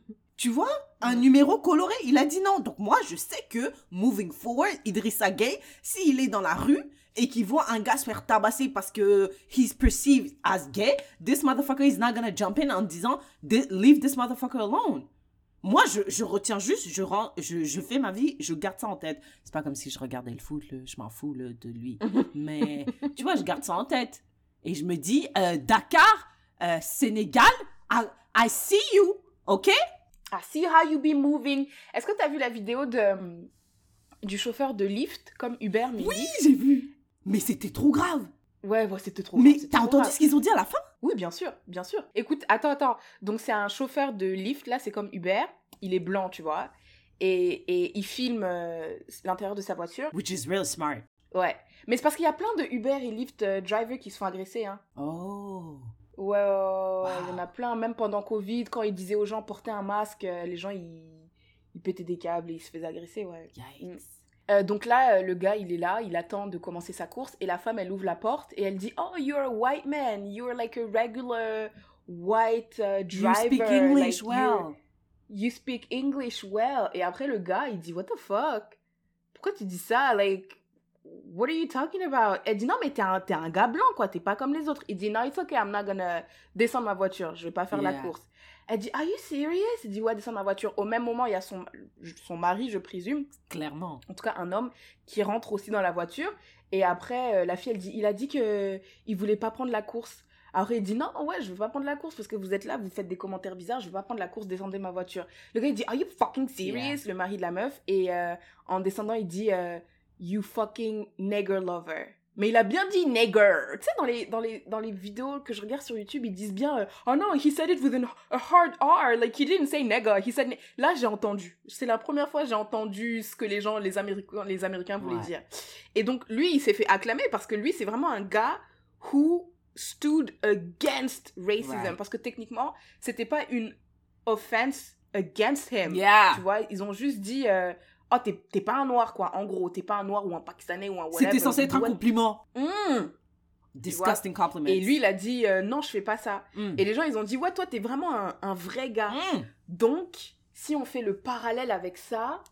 Tu vois, un numéro coloré, il a dit non. Donc moi, je sais que, moving forward, Idrissa Gueye, s'il est dans la rue et qu'il voit un gars se faire tabasser parce que he's perceived as gay, this motherfucker is not gonna jump in en disant, leave this motherfucker alone. Moi, je, je retiens juste, je, rends, je, je fais ma vie, je garde ça en tête. C'est pas comme si je regardais le foot, là, je m'en fous là, de lui. Mais, tu vois, je garde ça en tête. Et je me dis, euh, Dakar, euh, Sénégal, I, I see you, ok? I see how you be moving. Est-ce que t'as vu la vidéo de, euh, du chauffeur de Lyft, comme Uber, mais Oui, Lyft? j'ai vu. Mais c'était trop grave. Ouais, ouais, c'était trop Mais grave, c'était t'as trop entendu grave. ce qu'ils ont dit à la fin? Oui, bien sûr, bien sûr. Écoute, attends, attends. Donc, c'est un chauffeur de Lyft, là, c'est comme Uber. Il est blanc, tu vois. Et, et il filme euh, l'intérieur de sa voiture. Which is real smart. Ouais. Mais c'est parce qu'il y a plein de Uber et Lyft euh, drivers qui se font agresser, hein. Oh. Ouais, ouais, ouais, ouais, Wow. il y en a plein. Même pendant Covid, quand ils disaient aux gens porter un masque, euh, les gens, ils, ils pétaient des câbles et ils se faisaient agresser, ouais. Yikes. Mm. Euh, donc là, euh, le gars, il est là, il attend de commencer sa course et la femme, elle ouvre la porte et elle dit « Oh, you're a white man. You're like a regular white uh, driver. You speak English like, well. you're- You speak English well. » Et après, le gars, il dit « What the fuck? Pourquoi tu dis ça? Like, what are you talking about? » Elle dit « Non, mais t'es un, t'es un gars blanc, quoi. T'es pas comme les autres. » Il dit « No, it's okay. I'm not gonna descendre ma voiture. Je vais pas faire la Yeah. course. » Elle dit « Are you serious? » Il dit « Ouais, descendre ma voiture. » Au même moment, il y a son, son mari, je présume, Clairement. en tout cas un homme, qui rentre aussi dans la voiture. Et après, euh, la fille, elle dit, il a dit que il voulait pas prendre la course. Alors il dit, non, ouais, je veux pas prendre la course parce que vous êtes là, vous faites des commentaires bizarres, je veux pas prendre la course, descendez ma voiture. Le gars, il dit, are you fucking serious? Yeah. Le mari de la meuf. Et euh, en descendant, il dit, euh, you fucking nigger lover. Mais il a bien dit nigger. Tu sais, dans les, dans, les, dans les vidéos que je regarde sur YouTube, ils disent bien, euh, oh non, he said it with an, a hard R. Like, he didn't say nigger. He said... Là, j'ai entendu. C'est la première fois que j'ai entendu ce que les gens, les Américains, les Américains voulaient Ouais. dire. Et donc, lui, il s'est fait acclamer parce que lui, c'est vraiment un gars who stood against racism. Right. Parce que techniquement, c'était pas une offense against him. Yeah. Tu vois, ils ont juste dit... euh, oh, t'es, t'es pas un noir, quoi. En gros, t'es pas un noir ou un Pakistanais ou un whatever. C'était censé être un Ouais. compliment. Mm. Disgusting compliment. Et lui, il a dit, euh, non, je fais pas ça. Mm. Et les gens, ils ont dit, ouais, toi, t'es vraiment un, un vrai gars. Mm. Donc, si on fait le parallèle avec ça,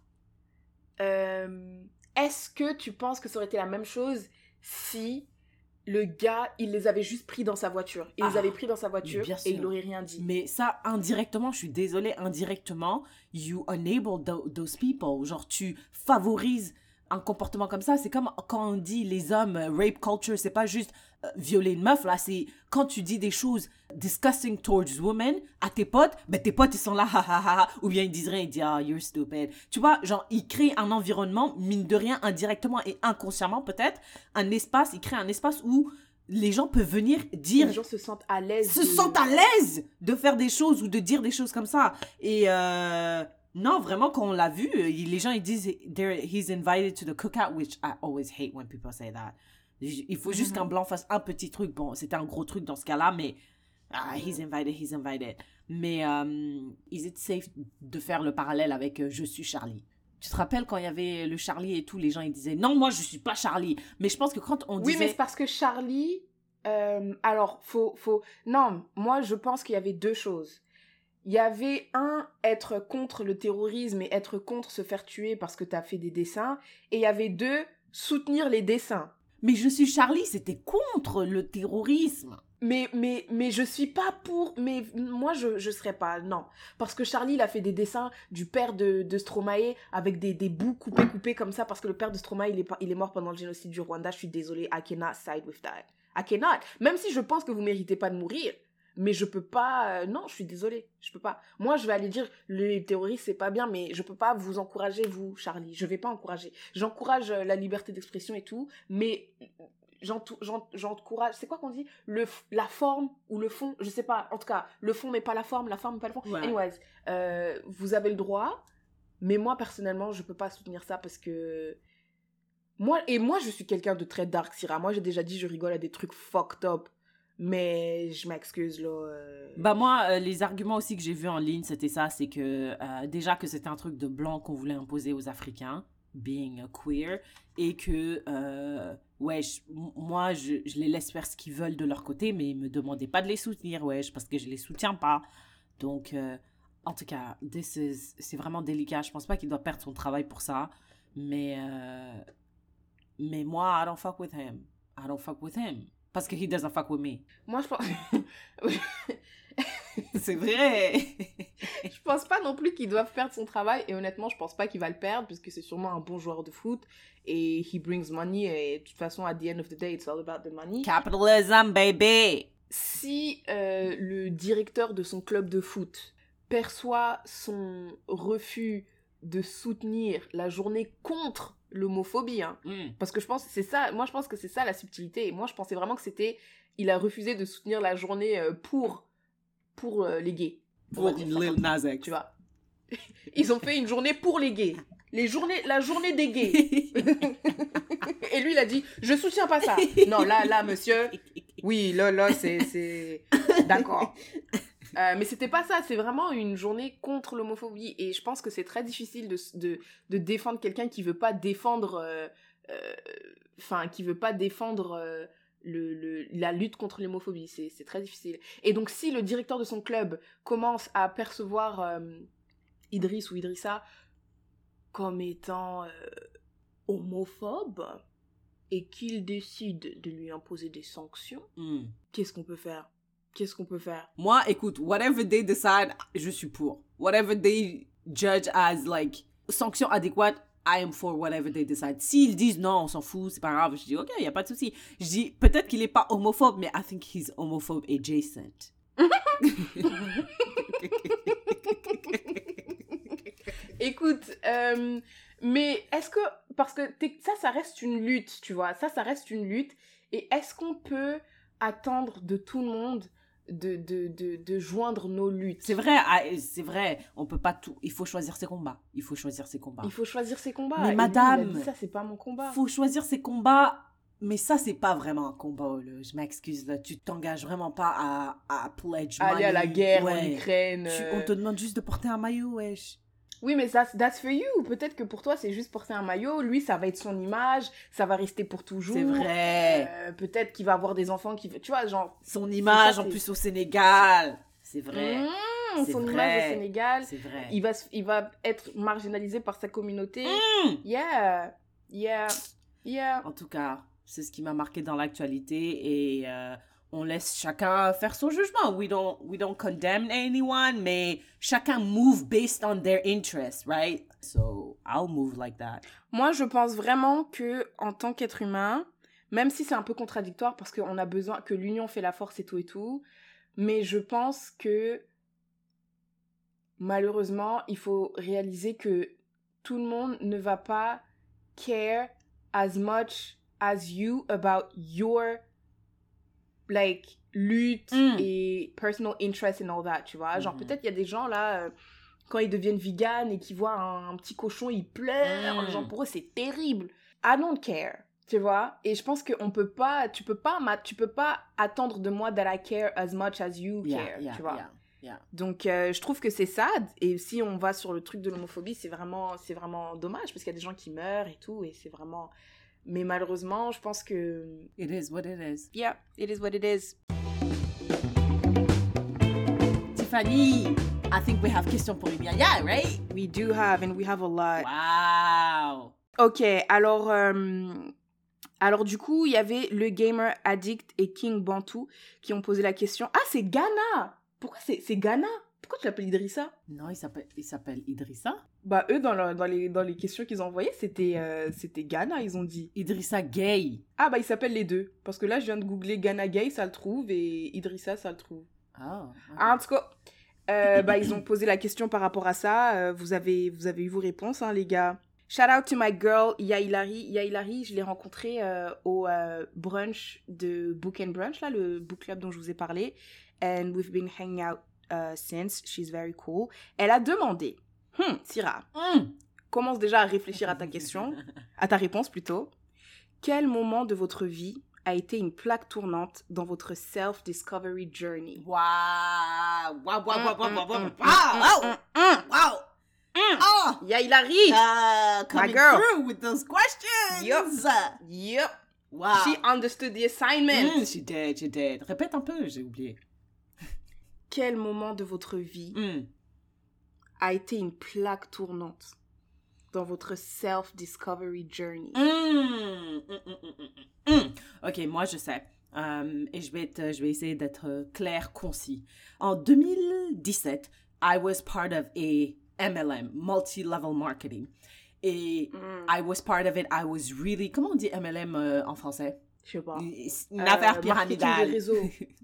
euh, est-ce que tu penses que ça aurait été la même chose si le gars, il les avait juste pris dans sa voiture? Il les Ah, avait pris dans sa voiture bien et il sûr. n'aurait rien dit. Mais ça, indirectement, je suis désolée, indirectement, you enable tho- those people. Genre, tu favorises un comportement comme ça. C'est comme quand on dit les hommes, euh, rape culture, c'est pas juste euh, violer une meuf, là. C'est quand tu dis des choses disgusting towards women à tes potes, ben tes potes, ils sont là, ha ha ha, ha, ou bien ils disent rien, ils disent, ah, you're stupid. Tu vois, genre, ils créent un environnement, mine de rien, indirectement et inconsciemment, peut-être, un espace, ils créent un espace où les gens peuvent venir dire Les gens se sentent à l'aise. se de- sentent à l'aise de faire des choses ou de dire des choses comme ça. Et euh, non, vraiment, quand on l'a vu, euh, les gens, ils disent they're- he's invited to the cookout, which I always hate when people say that. Il faut juste qu'un blanc fasse un petit truc. Bon, c'était un gros truc dans ce cas-là, mais ah, he's invited, he's invited. Mais um, is it safe de faire le parallèle avec euh, Je suis Charlie? Tu te rappelles quand il y avait le Charlie et tout, les gens, ils disaient non, moi, je suis pas Charlie. Mais je pense que quand on Oui, disait... mais c'est parce que Charlie... euh, alors, faut, faut... Non, moi, je pense qu'il y avait deux choses. Il y avait, un, être contre le terrorisme et être contre se faire tuer parce que t'as fait des dessins. Et il y avait deux, soutenir les dessins. Mais Je suis Charlie, c'était contre le terrorisme. Mais, mais, mais je suis pas pour... Mais moi, je, je serais pas, non. Parce que Charlie, il a fait des dessins du père de, de Stromae avec des, des bouts coupés, coupés comme ça, parce que le père de Stromae, il est, il est mort pendant le génocide du Rwanda. Je suis désolée, I cannot side with that. I cannot. Même si je pense que vous méritez pas de mourir, mais je peux pas... Euh, non, je suis désolée, je peux pas. Moi, je vais aller dire, les terroristes, c'est pas bien, mais je peux pas vous encourager, vous, Charlie. Je vais pas encourager. J'encourage la liberté d'expression et tout, mais... j'encourage, c'est quoi qu'on dit, le, la forme ou le fond, je sais pas, en tout cas, le fond mais pas la forme, la forme mais pas le fond. Ouais. Anyways, euh, vous avez le droit, mais moi personnellement, je peux pas soutenir ça parce que moi, et moi je suis quelqu'un de très dark, Syrah. Moi j'ai déjà dit, je rigole à des trucs fucked up, mais je m'excuse là. Euh... Bah moi, euh, les arguments aussi que j'ai vus en ligne, c'était ça, c'est que euh, déjà que c'était un truc de blanc qu'on voulait imposer aux Africains, being a queer, et que euh, ouais je, moi je, je les laisse faire ce qu'ils veulent de leur côté, mais me demandez pas de les soutenir, ouais, parce que je les soutiens pas. Donc euh, en tout cas, this is, c'est vraiment délicat. Je pense pas qu'il doit perdre son travail pour ça, mais euh, mais moi I don't fuck with him, I don't fuck with him parce que he doesn't fuck with me. Moi je pense c'est vrai. Je pense pas non plus qu'il doive perdre son travail, et honnêtement je pense pas qu'il va le perdre parce que c'est sûrement un bon joueur de foot et he brings money, et de toute façon at the end of the day it's all about the money. Capitalism baby. Si euh, le directeur de son club de foot perçoit son refus de soutenir la journée contre l'homophobie, hein, mm. parce que je pense c'est ça, moi je pense que c'est ça la subtilité, et moi je pensais vraiment que c'était il a refusé de soutenir la journée euh, pour pour euh, les gays. Pour Lil Nas X. Tu vois. Ils ont fait une journée pour les gays. Les journées, la journée des gays. Et lui, il a dit, je soutiens pas ça. Non, là, là, monsieur. Oui, là, là, c'est, c'est... D'accord. Euh, mais c'était pas ça. C'est vraiment une journée contre l'homophobie. Et je pense que c'est très difficile de, de, de défendre quelqu'un qui veut pas défendre... Enfin, euh, euh, qui veut pas défendre... Euh, Le, le, la lutte contre l'homophobie, c'est, c'est très difficile. Et donc si le directeur de son club commence à percevoir euh, Idriss ou Idrissa comme étant euh, homophobe et qu'il décide de lui imposer des sanctions, mm. qu'est-ce qu'on peut faire? Qu'est-ce qu'on peut faire? Moi, écoute, whatever they decide, je suis pour. Whatever they judge as like sanction adéquate, I am for whatever they decide. S'ils disent non, on s'en fout, c'est pas grave, je dis ok, il n'y a pas de souci. Je dis peut-être qu'il n'est pas homophobe, mais I think he's homophobe adjacent. Écoute, euh, mais est-ce que, parce que ça, ça reste une lutte, tu vois, ça, ça reste une lutte, et est-ce qu'on peut attendre de tout le monde de, de, de, de joindre nos luttes? C'est vrai, c'est vrai, on peut pas tout, il faut choisir ses combats, il faut choisir ses combats. Il faut choisir ses combats. Mais et madame, lui, il a dit, ça c'est pas mon combat. Il faut choisir ses combats, mais ça c'est pas vraiment un combat, là. Je m'excuse, là, tu t'engages vraiment pas à, à pledge money. Aller à la guerre ouais. en Ukraine. Tu, on te demande juste de porter un maillot, wesh. Oui, mais that's, that's for you. Peut-être que pour toi, c'est juste porter un maillot. Lui, ça va être son image. Ça va rester pour toujours. C'est vrai. Euh, peut-être qu'il va avoir des enfants qui... Tu vois, genre... Son image, ça, en plus, au Sénégal. C'est vrai. Mmh, c'est son vrai. image au Sénégal. C'est vrai. Il va, il va être marginalisé par sa communauté. Mmh. Yeah. Yeah. Yeah. En tout cas, c'est ce qui m'a marqué dans l'actualité. Et... Euh... on laisse chacun faire son jugement. We don't, we don't condemn anyone, mais chacun move based on their interests, right? So, I'll move like that. Moi, je pense vraiment que, en tant qu'être humain, même si c'est un peu contradictoire parce qu'on a besoin, que l'union fait la force et tout et tout, mais je pense que, malheureusement, il faut réaliser que tout le monde ne va pas care as much as you about your like lutte mm. et personal interest and all that, tu vois. Genre, mm. peut-être il y a des gens là, euh, quand ils deviennent vegan et qu'ils voient un, un petit cochon, ils pleurent. Mm. Genre, pour eux, c'est terrible. I don't care, tu vois. Et je pense qu'on peut pas, tu peux pas, tu peux pas attendre de moi that I care as much as you yeah, care, yeah, tu vois. Yeah, yeah. Donc, euh, je trouve que c'est sad. Et si on va sur le truc de l'homophobie, c'est vraiment, c'est vraiment dommage parce qu'il y a des gens qui meurent et tout, et c'est vraiment... Mais malheureusement, je pense que... It is what it is. Yeah, it is what it is. Tiffany, I think we have question pour Yaya, right? We do have, and we have a lot. Wow. Ok, alors, euh, Alors du coup, il y avait le Gamer Addict et King Bantu qui ont posé la question. Ah, c'est Ghana. Pourquoi c'est, c'est Ghana? Pourquoi tu l'appelles Idrissa? Non, il s'appelle, il s'appelle Idrissa. Bah eux, dans, le- dans, les, dans les questions qu'ils ont envoyées, c'était, euh, c'était Ghana, ils ont dit. Idrissa Gay. Ah bah ils s'appellent les deux. Parce que là, je viens de googler Ghana Gay, ça le trouve, et Idrissa, ça le trouve. Ah. Ah, en tout cas, euh, bah, ils ont posé la question par rapport à ça. Euh, vous, avez, vous avez eu vos réponses, hein, les gars. Shout out to my girl, Yailari. Yailari, je l'ai rencontrée euh, au euh, brunch de Book and Brunch, là, le book club dont je vous ai parlé. And we've been hanging out uh, since. She's very cool. Elle a demandé, hmm, Syrah, Mm. commence déjà à réfléchir à ta question, à ta réponse plutôt. Quel moment de votre vie a été une plaque tournante dans votre self-discovery journey? Waouh. Waouh, waouh, waouh, waouh, waouh, Mm, waouh. mm, mm, Wow. mm. Oh. Yailari! Uh, coming girl. through with those questions. Yup. Yep. Wow. She understood the assignment. Mm, she did, she did. Répète un peu, j'ai oublié. Quel moment de votre vie Mm. a été une plaque tournante dans votre self-discovery journey? Mm, mm, mm, mm, mm, mm. Ok, moi je sais. Euh, et je vais, être, je vais essayer d'être clair, concis. En deux mille dix-sept, I was part of a M L M, multi-level marketing. Et Mm. I was part of it. I was really... Comment on dit M L M euh, en français? Je sais pas. Une Euh, affaire Marketing pyramidale. de réseau.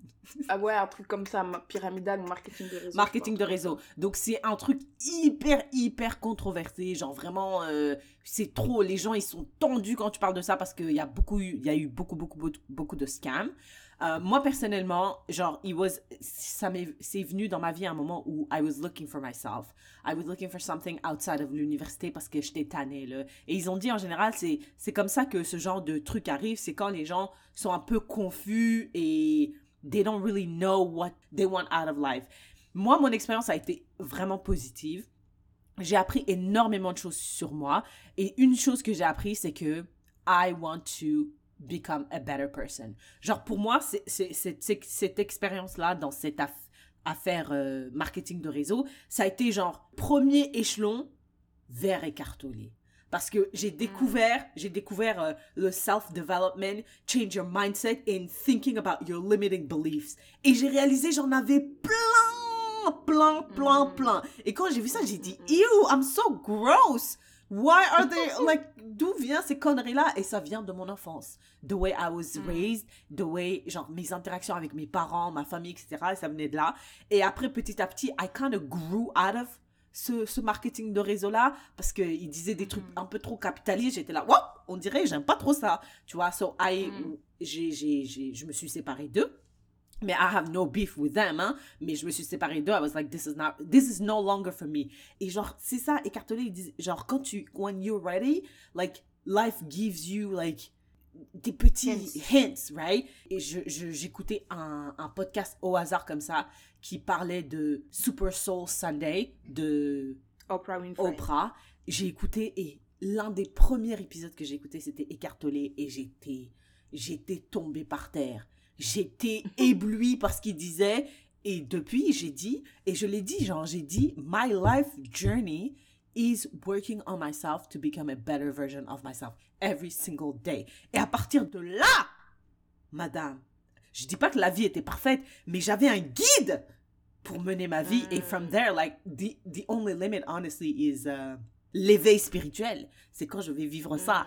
Ah ouais, un truc comme ça, ma- pyramidal ou marketing de réseau. Marketing je de pense. réseau. Donc, c'est un truc hyper, hyper controversé. Genre, vraiment, euh, c'est trop... Les gens, ils sont tendus quand tu parles de ça parce qu'il y a beaucoup, eu- il y a eu beaucoup, beaucoup, beaucoup, beaucoup de scams. Euh, moi, personnellement, genre, it was, ça m'est, c'est venu dans ma vie à un moment où I was looking for myself. I was looking for something outside of l'université parce que j'étais tannée, là. Et ils ont dit, en général, c'est, c'est comme ça que ce genre de truc arrive. C'est quand les gens sont un peu confus et they don't really know what they want out of life. Moi, mon expérience a été vraiment positive. J'ai appris énormément de choses sur moi. Et une chose que j'ai appris, c'est que I want to become a better person. Genre, pour moi, c'est, c'est, c'est, c'est- cette expérience-là, dans cette aff- affaire euh, marketing de réseau, ça a été genre premier échelon vers écartolé. Parce que j'ai découvert, j'ai découvert euh, le self-development, change your mindset and thinking about your limiting beliefs. Et j'ai réalisé, j'en avais plein, plein, plein, Mm. plein. Et quand j'ai vu ça, j'ai dit, ew, I'm so gross. Why are they, like, d'où vient ces conneries-là? Et ça vient de mon enfance. The way I was Mm. raised, the way, genre, mes interactions avec mes parents, ma famille, et cetera. Et ça venait de là. Et après, petit à petit, I kind of grew out of ce, ce marketing de réseau-là parce qu'il disait des trucs Mm. un peu trop capitalistes. J'étais là, wow, on dirait, j'aime pas trop ça. Tu vois, so I, Mm. j'ai, j'ai, j'ai, je me suis séparée d'eux. Mais I have no beef with them, hein. Mais je me suis séparée d'eux. I was like, this is not, this is no longer for me. Et genre, c'est ça, écartelé, ils disent, genre, quand tu, when you're ready, like, life gives you, like, des petits Hints. hints, right? Et je, je, j'écoutais un, un podcast au hasard comme ça qui parlait de Super Soul Sunday de Oprah Winfrey. Oprah. J'ai écouté et l'un des premiers épisodes que j'ai écouté, c'était écartelé et j'étais, j'étais tombée par terre. J'étais éblouie par ce qu'il disait et depuis, j'ai dit, et je l'ai dit, genre, j'ai dit, my life journey is working on myself to become a better version of myself every single day. Et à partir de là, madame, je dis pas que la vie était parfaite, mais j'avais un guide pour mener ma vie. Et from there, like, the, the only limit, honestly, is uh, l'éveil spirituel. C'est quand je vais vivre ça.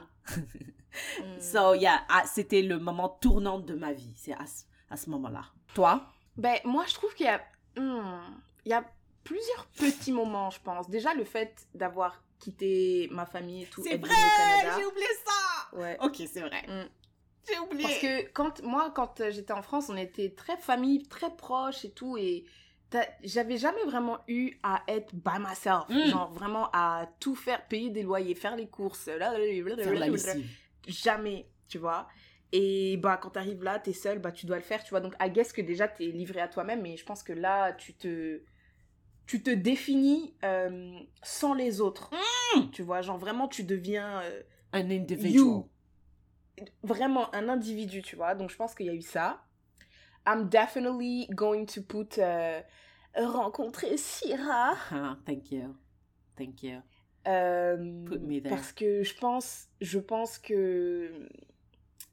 Mm. So, yeah, ah, c'était le moment tournant de ma vie. C'est à, ce- à ce moment-là. Toi? Ben, moi, je trouve qu'il y a... hmm, il y a plusieurs petits moments, je pense. Déjà, le fait d'avoir quitté ma famille et tout. C'est être vrai, venue au Canada. j'ai oublié ça. Ouais. Ok, c'est vrai. Mm. J'ai oublié. Parce que quand, moi, quand euh, j'étais en France, on était très famille, très proches et tout. Et t'as- j'avais jamais vraiment eu à être by myself. Mm. Genre, vraiment à tout faire, payer des loyers, faire les courses. Faire la lessive. Jamais, tu vois. Et bah, quand t'arrives là, t'es seule, bah, tu dois le faire, tu vois. Donc, I guess que déjà, t'es livré à toi-même. Mais je pense que là, tu te... Tu te définis euh, sans les autres. Mm. Tu vois, genre vraiment, tu deviens... euh, Un individual. You. Vraiment un individu, tu vois. Donc, je pense qu'il y a eu ça. I'm definitely going to put... euh, rencontrer Syrah. Ah, thank you. Thank you. Euh, Put me there. Parce que je pense, je pense que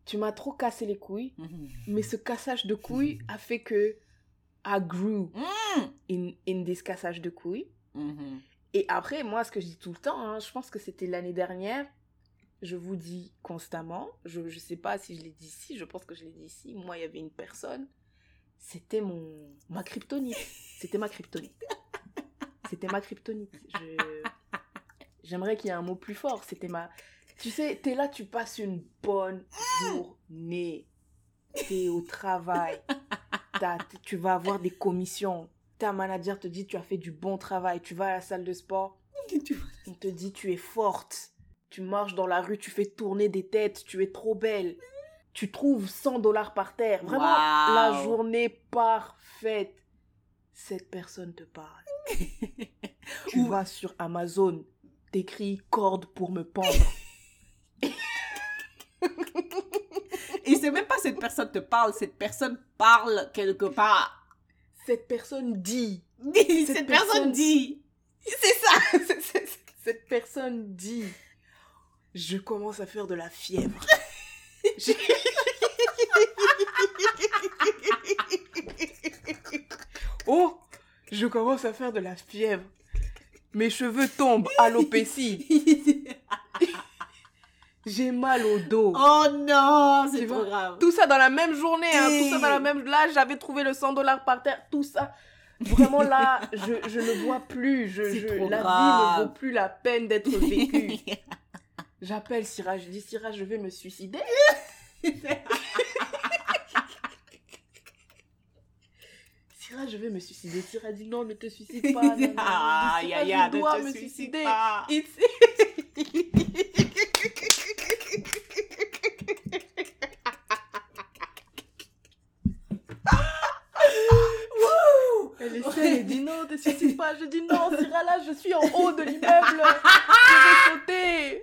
tu m'as trop cassé les couilles, Mhm. mais ce cassage de couilles a fait que I grew Mm. in, in this cassage de couilles. Mhm. Et après, moi, ce que je dis tout le temps, hein, je pense que c'était l'année dernière, je vous dis constamment, je ne sais pas si je l'ai dit ici, je pense que je l'ai dit ici, moi, il y avait une personne, c'était mon, ma kryptonite. C'était ma kryptonite. C'était ma kryptonite. Je... J'aimerais qu'il y ait un mot plus fort. C'était ma... Tu sais, t'es là, tu passes une bonne journée. T'es au travail. T'as- tu vas avoir des commissions. Ta manager te dit tu as fait du bon travail. Tu vas à la salle de sport. On te dit tu es forte. Tu marches dans la rue, tu fais tourner des têtes. Tu es trop belle. Tu trouves cent dollars par terre. Vraiment, Wow. la journée parfaite. Cette personne te parle. Tu Ou- vas sur Amazon, t'écris corde pour me pendre. Et c'est même pas cette personne te parle, cette personne parle quelque part. Cette personne dit. Cette, Cette personne personne- dit. C'est ça. C'est- c'est- Cette personne dit. Je commence à faire de la fièvre. Je- Oh, je commence à faire de la fièvre. Mes cheveux tombent, alopécie. J'ai mal au dos. Oh non, c'est Tu trop vois, grave. Tout ça dans la même journée, hein, tout ça dans la Hey. même... Là, j'avais trouvé le cent dollars par terre, tout ça. Vraiment, là, je, je ne vois plus. Je, C'est je, trop la vie grave. ne vaut plus la peine d'être vécue. J'appelle Syrah, je dis Syrah, je vais me suicider. Syrah, je vais me suicider. Syrah dit non, ne te suicide pas. Non, non. Ah, Je dis, ya, Syrah, ya, je ne dois te me suicide suicider. pas. It's- Wouh. Elle essaie, elle dit non, ne te suicide pas. Je dis non, Syrah, là, je suis en haut de l'immeuble. Je vais sauter.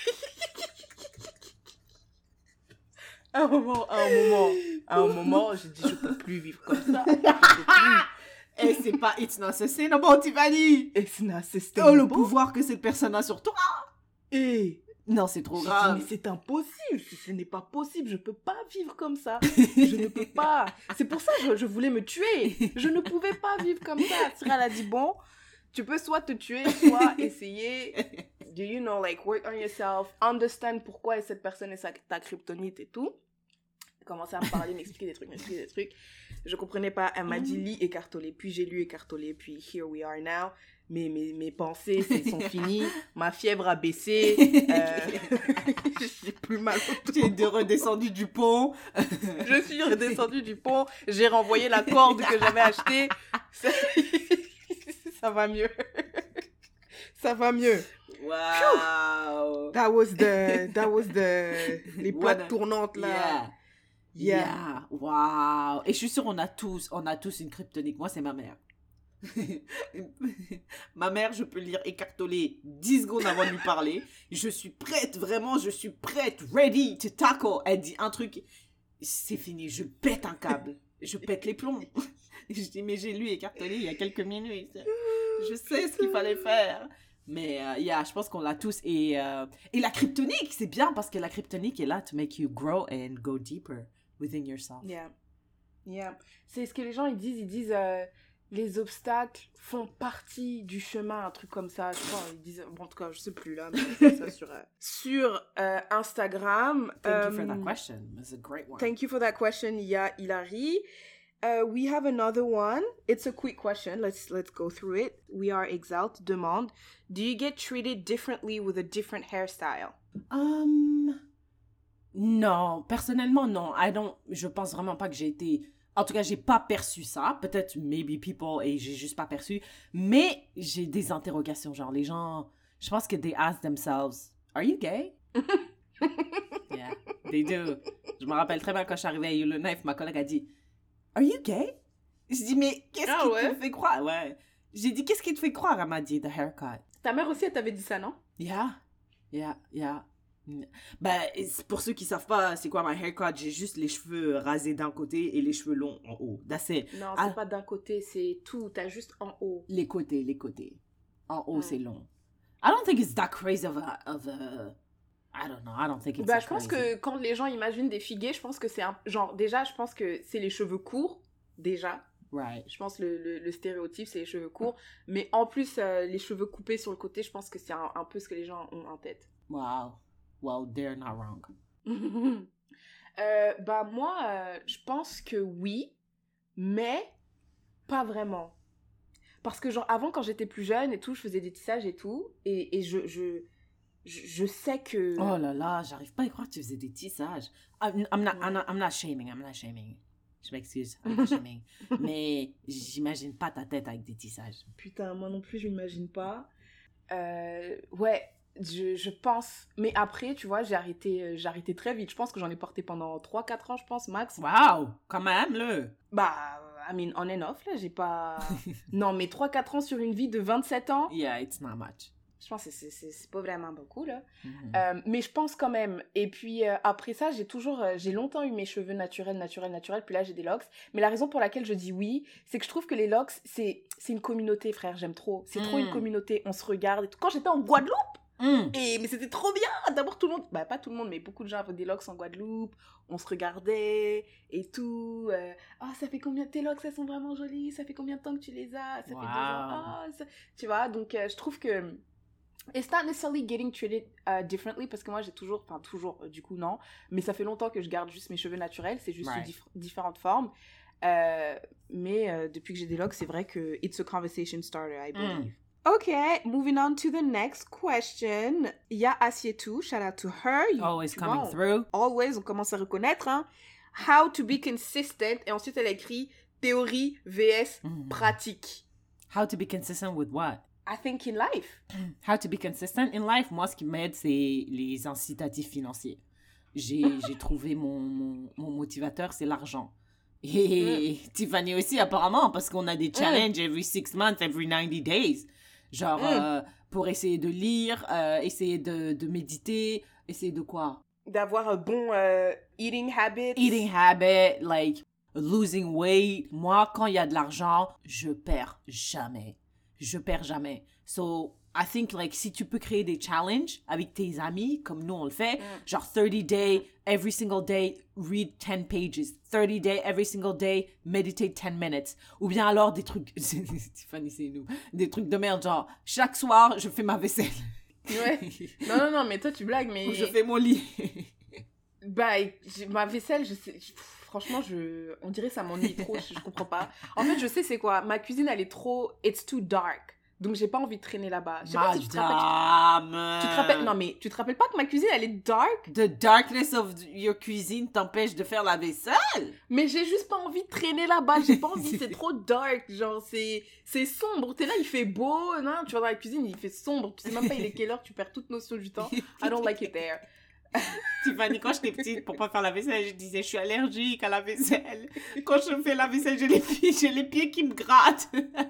À un moment, à un moment, à un moment, j'ai dit je peux plus vivre comme ça. Je peux plus. Et c'est pas It's not sustainable, Tiffany. It's not Oh, le sustainable. pouvoir que cette personne a sur toi. Et Non, c'est trop j'ai dit, grave. mais c'est impossible, ce ce n'est pas possible, je peux pas vivre comme ça, je ne peux pas. C'est pour ça que je, je voulais me tuer, je ne pouvais pas vivre comme ça. Syrah elle a dit, bon, tu peux soit te tuer, soit essayer, do you know, like, work on yourself, understand pourquoi cette personne est sa- ta kryptonite et tout. Commencer à me parler, m'expliquer des trucs, m'expliquer des trucs. Je comprenais pas, elle m'a dit, lis écartolé, puis j'ai lu écartolé, puis here we are now. Mes, mes, mes pensées c'est- sont finies, ma fièvre a baissé, euh, j'ai plus mal au J'ai dos. de- redescendu du pont. Je suis redescendue du pont, j'ai renvoyé la corde que j'avais achetée. Ça... ça va mieux. Ça va mieux. Wow. That was the, that was the, les plaques What a- tournantes là. Yeah. Yeah. Yeah. Wow. Et je suis sûre, on a tous, on a tous une kryptonique. Moi, c'est ma mère. Ma mère, je peux lire écartolé dix secondes avant de lui parler. Je suis prête, vraiment, je suis prête, ready to tackle. Elle dit un truc, c'est fini, je pète un câble. Je pète les plombs. Je dis, mais j'ai lu écartolé il y a quelques minutes. Je sais ce qu'il fallait faire. Mais, euh, yeah, je pense qu'on l'a tous. Et, euh, et la kryptonique, c'est bien parce que la kryptonique est là to make you grow and go deeper within yourself. Yeah. Yeah. C'est ce que les gens ils disent, ils disent euh, les obstacles font partie du chemin, un truc comme ça, je crois, ils disent, bon, en tout cas, je sais plus là, mais c'est ça sur, euh, sur euh, Instagram. Thank you for Um, that question. It's a great one. Thank you for that question, il y a Hilary. Uh, we have another one. It's a quick question. Let's let's go through it. We are Exalt demande, do you get treated differently with a different hairstyle? Um, non, personnellement, non. I don't, je pense vraiment pas que j'ai été... En tout cas, j'ai pas perçu ça. Peut-être, maybe people, et j'ai juste pas perçu. Mais j'ai des interrogations. Genre, les gens, je pense que they ask themselves, are you gay? Yeah, they do. Je me rappelle très bien quand je suis arrivée à Yellowknife, ma collègue a dit, are you gay? Je dis, mais qu'est-ce Ah qui ouais? te fait croire? Ouais. J'ai dit, qu'est-ce qui te fait croire? Elle m'a dit, the haircut. Ta mère aussi, elle t'avait dit ça, non? Yeah, yeah, yeah. Ben, c'est- pour ceux qui savent pas c'est quoi ma haircut, j'ai juste les cheveux rasés d'un côté et les cheveux longs en haut. That's it. Non, Ah. c'est pas d'un côté, c'est tout. T'as juste en haut. Les côtés, les côtés. En haut, Mm. c'est long. I don't think it's that crazy of a, of a... I I don't know, I don't think it's Bah, so je pense crazy. que quand les gens imaginent des filles gays, je pense que c'est un... Genre, déjà, je pense que c'est les cheveux courts, déjà. Right. Je pense que le, le, le stéréotype, c'est les cheveux courts. Mais en plus, euh, les cheveux coupés sur le côté, je pense que c'est un, un peu ce que les gens ont en tête. Wow. Well, they're not wrong. euh, bah, moi, euh, je pense que oui, mais pas vraiment. Parce que, genre, avant, quand j'étais plus jeune et tout, je faisais des tissages et tout. Et, et je, je, je, je sais que... Oh là là, j'arrive pas à y croire que tu faisais des tissages. I'm, I'm, not, I'm, not, I'm not shaming, I'm not shaming. Je m'excuse, I'm not shaming. Mais j'imagine pas ta tête avec des tissages. Putain, moi non plus, je m'imagine pas. Euh, ouais, je, je pense... Mais après, tu vois, j'ai arrêté, euh, j'ai arrêté très vite. Je pense que j'en ai porté pendant trois quatre ans, je pense, max. Wow, quand même, là. Bah, I mean, on and off, là, j'ai pas... non, mais trois quatre ans sur une vie de vingt-sept ans, Yeah, it's not much. je pense que c'est, c'est, c'est pas vraiment beaucoup, là. Mm-hmm. Euh, mais je pense quand même. Et puis, euh, après ça, j'ai toujours... euh, j'ai longtemps eu mes cheveux naturels, naturels, naturels. Puis là, j'ai des locks. Mais la raison pour laquelle je dis oui, c'est que je trouve que les locks, c'est, c'est une communauté, frère. J'aime trop. C'est trop Mm. une communauté. On se regarde et tout. Quand j'étais en Guadeloupe, Mm. et, mais c'était trop bien. D'abord, tout le monde... Bah, pas tout le monde, mais beaucoup de gens avaient des locks en Guadeloupe. On se regardait et tout. Euh, oh, ça fait combien... Tes locks, elles sont vraiment jolies. Ça fait combien de temps que tu les as? Ça Wow. fait deux ans. Oh, ça... Tu vois, donc euh, je trouve que... It's not necessarily getting treated uh, differently, parce que moi, j'ai toujours... Enfin, toujours, euh, du coup, non. Mais ça fait longtemps que je garde juste mes cheveux naturels. C'est juste Right. sous dif- différentes formes. Euh, mais euh, depuis que j'ai des locks, c'est vrai que it's a conversation starter, I believe. Ok, moving on to the next question. Il y a Assietou, shout out to her. Always Tu coming vois, on- through. Always, on commence à reconnaître. Hein. How to be consistent. Et ensuite, elle a écrit théorie vs Mm. pratique. How to be consistent with what? I think in life. How to be consistent in life, moi, ce qui m'aide, c'est les incitatifs financiers. J'ai, j'ai trouvé mon, mon, mon motivateur, c'est l'argent. Et Tiffany aussi, apparemment, parce qu'on a des challenges every six months, every ninety days. Genre, Mm. euh, pour essayer de lire, euh, essayer de, de méditer, essayer de quoi? D'avoir un bon euh, eating habit. Eating habit, like, losing weight. Moi, quand il y a de l'argent, je perds jamais. Je perds jamais. So, I think, like, si tu peux créer des challenges avec tes amis, comme nous on le fait, Mm. genre thirty day, every single day, read ten pages. thirty day, every single day, meditate ten minutes. Ou bien alors des trucs, Tiffany, c'est nous, des trucs de merde, genre, chaque soir, je fais ma vaisselle. Ouais. Non, non, non, mais toi, tu blagues, mais... Ou je fais mon lit. Bah, j'ai- ma vaisselle, je sais... je- Franchement, je... on dirait que ça m'ennuie trop, je, je comprends pas. En fait, je sais c'est quoi. Ma cuisine, elle est trop... It's too dark. Donc, j'ai pas envie de traîner là-bas. Je sais pas si tu te rappelles... Madame. Tu te rappelles... Non, mais tu te rappelles pas que ma cuisine, elle est dark? The darkness of your cuisine t'empêche de faire la vaisselle? Mais j'ai juste pas envie de traîner là-bas. J'ai pas envie, c'est trop dark. Genre, c'est... C'est sombre. T'es là, il fait beau. Non, tu vas dans la cuisine, il fait sombre. Tu sais même pas il est quelle heure, tu perds toute notion du temps. I don't like it there. Tiffany, quand j'étais petite, pour pas faire la vaisselle, je disais je suis allergique à la vaisselle. Quand je fais la vaisselle, j'ai les pieds, j'ai les pieds qui me grattent.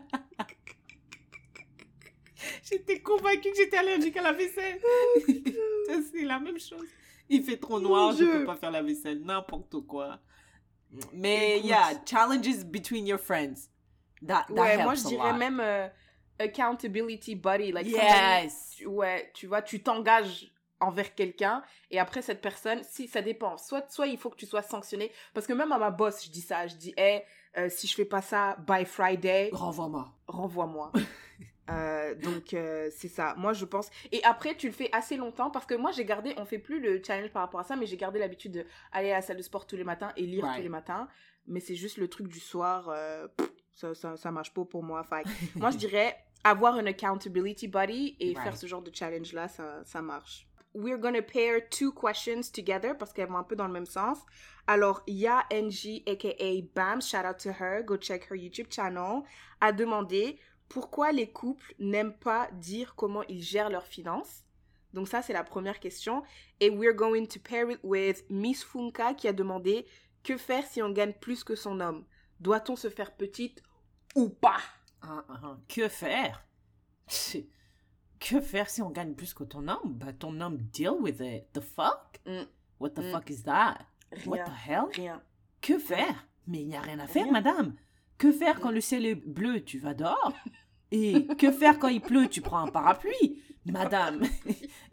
J'étais convaincue que j'étais allergique à la vaisselle. Ça, c'est la même chose. Il fait trop noir, Mon je Dieu. peux pas faire la vaisselle, n'importe quoi. Mais Écoute. yeah, challenges between your friends. That, that Ouais, helps moi, je a dirais lot. même euh, accountability buddy. Like, somebody- Yes. tu- ouais, tu vois, tu t'engages envers quelqu'un et après cette personne, si ça dépend, soit soit il faut que tu sois sanctionné, parce que même à ma boss je dis ça, je dis hey, euh, si je fais pas ça by Friday, Renvoie-moi. renvoie-moi. Euh, donc euh, c'est ça, moi je pense, et après tu le fais assez longtemps, parce que moi j'ai gardé, on fait plus le challenge par rapport à ça, mais j'ai gardé l'habitude d'aller à la salle de sport tous les matins et lire Right. tous les matins, mais c'est juste le truc du soir, euh, pff, ça, ça, ça marche pas pour moi. Fait que moi je dirais avoir un accountability buddy et Right. faire ce genre de challenge là, ça, ça marche. We're gonna pair two questions together parce qu'elles vont un peu dans le même sens. Alors, Ya N G, aka Bam, shout out to her, go check her YouTube channel, a demandé pourquoi les couples n'aiment pas dire comment ils gèrent leurs finances. Donc ça, c'est la première question. Et we're going to pair it with Miss Funka qui a demandé que faire si on gagne plus que son homme? Doit-on se faire petite ou pas? Ah, ah, ah. Que faire? Que faire si on gagne plus que ton homme? Bah, ton homme, deal with it. The fuck? Mm. What the Mm. fuck is that? What Rien. the hell? Rien. Que faire? Mais il n'y a rien à faire, Rien. madame. Que faire quand le ciel est bleu? Tu vas dehors. Et que faire quand il pleut? Tu prends un parapluie. Madame,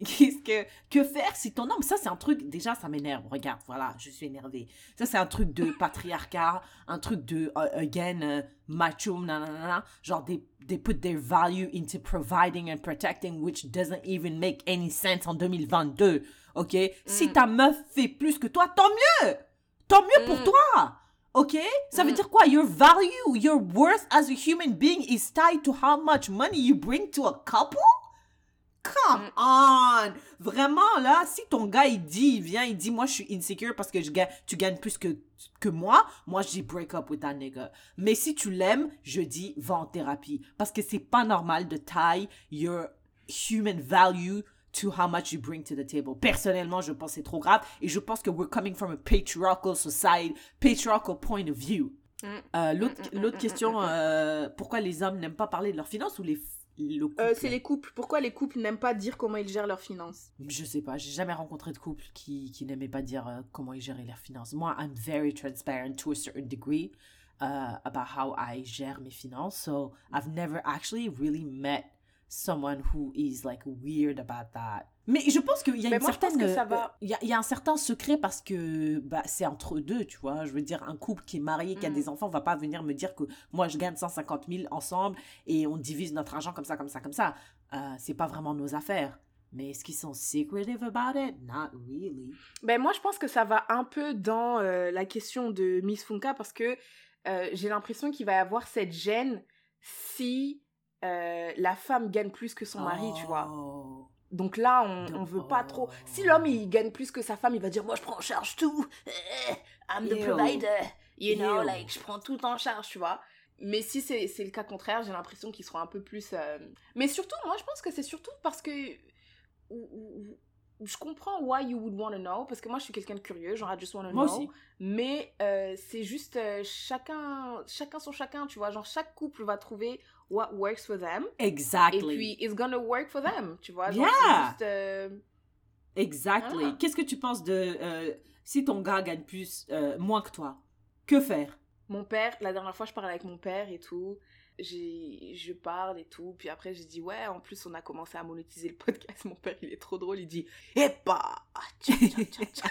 Qu'est-ce que, que faire si ton homme... Ça, c'est un truc... Déjà, ça m'énerve. Regarde, voilà, je suis énervée. Ça, c'est un truc de patriarcat, un truc de, uh, again, uh, macho, nanana. Genre, they, they put their value into providing and protecting, which doesn't even make any sense en deux mille vingt-deux. OK? Mm. Si ta meuf fait plus que toi, tant mieux! Tant mieux mm. pour toi! OK? Ça mm. veut dire quoi? Your value, your worth as a human being is tied to how much money you bring to a couple? Come on! Vraiment, là, si ton gars, il dit, il vient, il dit, moi, je suis insecure parce que je gagne, tu gagnes plus que, que moi, moi, je dis break up with that nigga. Mais si tu l'aimes, je dis, va en thérapie. Parce que c'est pas normal de tie your human value to how much you bring to the table. Personnellement, je pense que c'est trop grave. Et je pense que we're coming from a patriarchal society, patriarchal point of view. Mm. Euh, l'autre, l'autre question, euh, pourquoi les hommes n'aiment pas parler de leurs finances ou les Le couple. Euh, c'est les couples. Pourquoi les couples n'aiment pas dire comment ils gèrent leurs finances? Je sais pas. J'ai jamais rencontré de couple qui, qui n'aimait pas dire euh, comment ils géraient leurs finances. Moi, I'm very transparent to a certain degree uh, about how I gère mes finances. So, I've never actually really met someone who is like weird about that. Mais je pense qu'il y a Mais une moi, certaine... je pense que ça va. Il y a, il y a un certain secret parce que bah, c'est entre deux, tu vois. Je veux dire, un couple qui est marié, qui a mm. des enfants, va pas venir me dire que moi, je gagne cent cinquante mille ensemble et on divise notre argent comme ça, comme ça, comme ça. Euh, c'est pas vraiment nos affaires. Mais est-ce qu'ils sont secretive about it? Not really. Ben, moi, je pense que ça va un peu dans euh, la question de Miss Funka parce que euh, j'ai l'impression qu'il va y avoir cette gêne si euh, la femme gagne plus que son mari, oh. tu vois. Donc là, on, on veut pas trop... Si l'homme, il gagne plus que sa femme, il va dire « Moi, je prends en charge tout. I'm the Ew. provider. You know, Ew. like, je prends tout en charge, tu vois. » Mais si c'est, c'est le cas contraire, j'ai l'impression qu'ils seront un peu plus... Euh... Mais surtout, moi, je pense que c'est surtout parce que... Je comprends why you would want to know, parce que moi, je suis quelqu'un de curieux, genre, I just want to know. Moi aussi. Mais euh, c'est juste euh, chacun, chacun son chacun, tu vois. Genre, chaque couple va trouver what works for them. Exactly. Et puis, it's gonna work for them, tu vois. Genre, yeah. C'est juste... Euh... Exactly. Ah. Qu'est-ce que tu penses de... Euh, si ton gars gagne plus, euh, moins que toi, que faire? Mon père, la dernière fois, je parlais avec mon père et tout. J'ai, je parle et tout, puis après j'ai dit ouais, en plus on a commencé à monétiser le podcast. Mon père il est trop drôle, il dit eh bah tcha, tcha, tcha, tcha.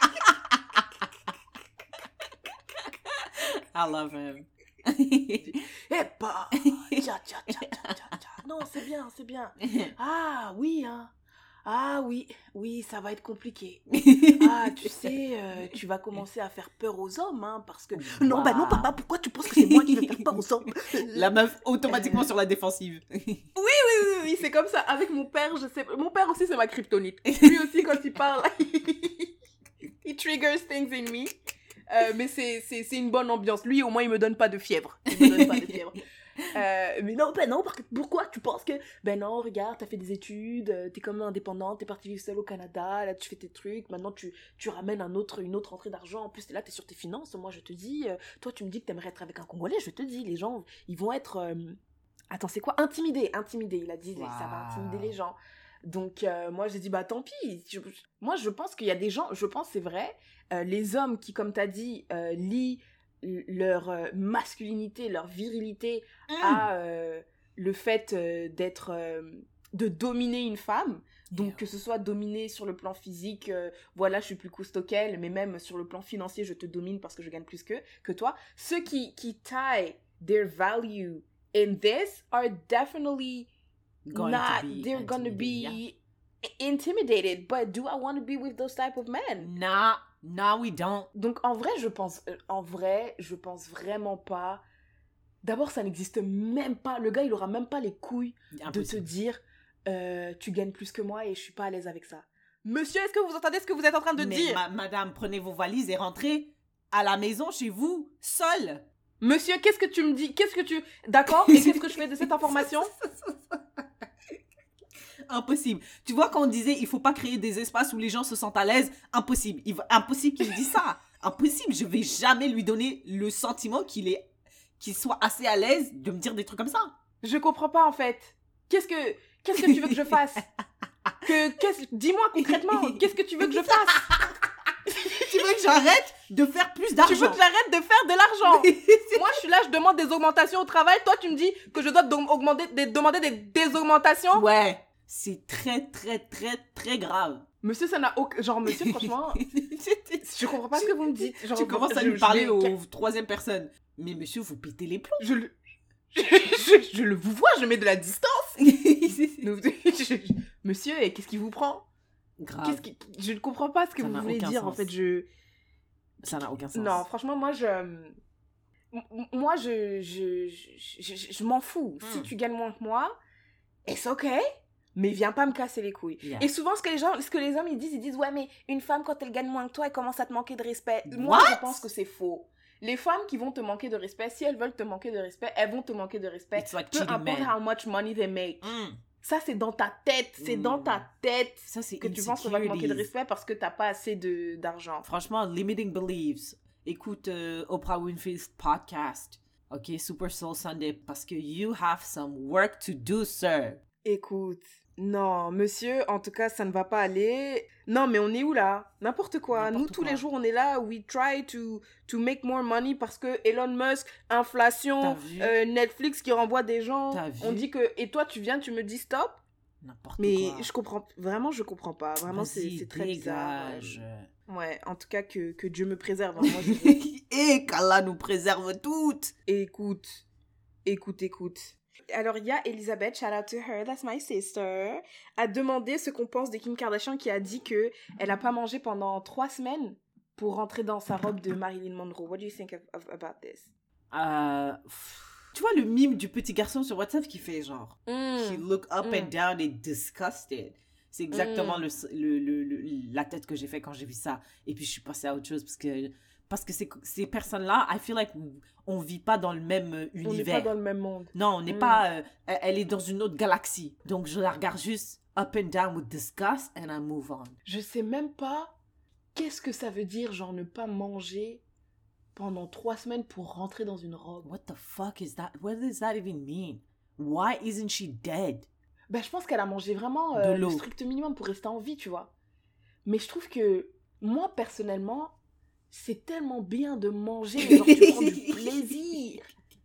I love him. eh bah tcha, tcha, tcha, tcha, tcha. Non, c'est bien, c'est bien. Ah oui, hein. Ah oui, oui, ça va être compliqué. Ah, tu sais, euh, tu vas commencer à faire peur aux hommes, hein, parce que... Wow. Non, bah non, papa, pourquoi tu penses que c'est moi qui vais faire peur aux hommes? La meuf, automatiquement euh... sur la défensive. Oui, oui, oui, oui, c'est comme ça. Avec mon père, je sais... Mon père aussi, c'est ma kryptonite. Lui aussi, quand il parle, il triggers things in me. Euh, mais c'est, c'est, c'est une bonne ambiance. Lui, au moins, il me donne pas de fièvre. Il me donne pas de fièvre. Euh, mais non, ben non, pourquoi tu penses que... Ben non, regarde, t'as fait des études, t'es quand même indépendante, t'es partie vivre seule au Canada, là tu fais tes trucs, maintenant tu, tu ramènes un autre, une autre entrée d'argent, en plus t'es là, t'es sur tes finances, moi je te dis, euh, toi tu me dis que t'aimerais être avec un Congolais, je te dis, les gens, ils vont être... Euh... Attends, c'est quoi? Intimidés, intimidés, il a dit, wow. Ça va intimider les gens. Donc euh, moi j'ai dit, bah tant pis. Je, moi je pense qu'il y a des gens, je pense c'est vrai, euh, les hommes qui, comme t'as dit, euh, lient leur euh, masculinité, leur virilité mmh. à euh, le fait euh, d'être euh, de dominer une femme, donc yeah. que ce soit dominer sur le plan physique, euh, voilà je suis plus costaud qu'elle, mais même sur le plan financier je te domine parce que je gagne plus que, que toi, ceux qui, qui tie their value in this are definitely going not, to be they're gonna be yeah. intimidated, but do I want to be with those type of men? Nah. No, we don't. Donc, en vrai, je pense... Euh, en vrai, je pense vraiment pas... D'abord, ça n'existe même pas. Le gars, il aura même pas les couilles Impossible. de te dire euh, tu gagnes plus que moi et je suis pas à l'aise avec ça. Monsieur, est-ce que vous entendez ce que vous êtes en train de Mais dire? ma- Madame, prenez vos valises et rentrez à la maison chez vous, seule. Monsieur, qu'est-ce que tu me dis? Qu'est-ce que tu... D'accord? Et qu'est-ce que je fais de cette information? Impossible. Tu vois, quand on disait il faut pas créer des espaces où les gens se sentent à l'aise, impossible. Il va... Impossible qu'il me dise ça. Impossible. Je vais jamais lui donner le sentiment qu'il est, qu'il soit assez à l'aise de me dire des trucs comme ça. Je comprends pas en fait. Qu'est-ce que, qu'est-ce que tu veux que je fasse? Que, qu'est-ce... Dis-moi concrètement. Qu'est-ce que tu veux que je fasse? Tu veux que j'arrête de faire plus d'argent? Tu veux que j'arrête de faire de l'argent? Moi, je suis là, je demande des augmentations au travail. Toi, tu me dis que je dois augmenter, des, demander des, des augmentations? Ouais. c'est très, très, très, très grave. Monsieur, ça n'a aucun... Genre, monsieur, franchement, je comprends pas ce que vous me dites. Genre, tu commences à je, lui parler je vais... aux troisième personne. Mais monsieur, vous pétez les plombs. Je le... Je, je, je le vous vois, je mets de la distance. je, je, monsieur, qu'est-ce qui vous prend? Grave. Qu'est-ce qui... Je ne comprends pas ce que ça vous voulez dire, sens. en fait. Je... Ça n'a aucun sens. Non, franchement, moi, je... Moi, je, je, je, je, je m'en fous. Mm. Si tu gagnes moins que moi, it's ok, mais viens pas me casser les couilles. Yeah. Et souvent, ce que les gens, ce que les hommes, ils disent, ils disent, ouais, mais une femme, quand elle gagne moins que toi, elle commence à te manquer de respect. What? Moi, je pense que c'est faux. Les femmes qui vont te manquer de respect, si elles veulent te manquer de respect, elles vont te manquer de respect. Like peu importe how much money they make. Mm. Ça, c'est dans ta tête. C'est mm. dans ta tête ça, c'est que tu penses qu'on va te manquer de respect parce que t'as pas assez de, d'argent. Franchement, limiting beliefs. Écoute euh, Oprah Winfrey's podcast. Ok, Super Soul Sunday, parce que you have some work to do, sir. Écoute, non, monsieur, en tout cas, ça ne va pas aller. Non, mais on est où là? N'importe quoi. N'importe Nous, quoi. Tous les jours, on est là, we try to, to make more money parce que Elon Musk, inflation, euh, Netflix qui renvoie des gens. On dit que, et toi, tu viens, tu me dis stop? N'importe mais quoi. Mais je comprends, vraiment, je comprends pas. Vraiment, c'est, c'est très dégage. bizarre. Ouais, en tout cas, que, que Dieu me préserve. Hein, moi, je... Et qu'Allah nous préserve toutes. Écoute, écoute, écoute. Alors, il y a Elisabeth, shout out to her, that's my sister, a demandé ce qu'on pense de Kim Kardashian qui a dit qu'elle n'a pas mangé pendant trois semaines pour rentrer dans sa robe de Marilyn Monroe. What do you think of, of, about this? Euh... Tu vois le mime du petit garçon sur WhatsApp qui fait genre mm. He look up mm. and down and disgusted. C'est exactement mm. le, le, le, le, la tête que j'ai fait quand j'ai vu ça. Et puis je suis passée à autre chose parce que, parce que ces, ces personnes-là, I feel like on vit pas dans le même univers. On n'est pas dans le même monde. Non, on n'est mm. pas... Euh, elle est dans une autre galaxie. Donc je la regarde juste up and down with disgust and I move on. Je sais même pas qu'est-ce que ça veut dire, genre ne pas manger pendant trois semaines pour rentrer dans une robe. What the fuck is that? What does that even mean? Why isn't she dead? Ben, je pense qu'elle a mangé vraiment euh, le strict minimum pour rester en vie, tu vois. Mais je trouve que, moi, personnellement, c'est tellement bien de manger, genre tu prends du plaisir.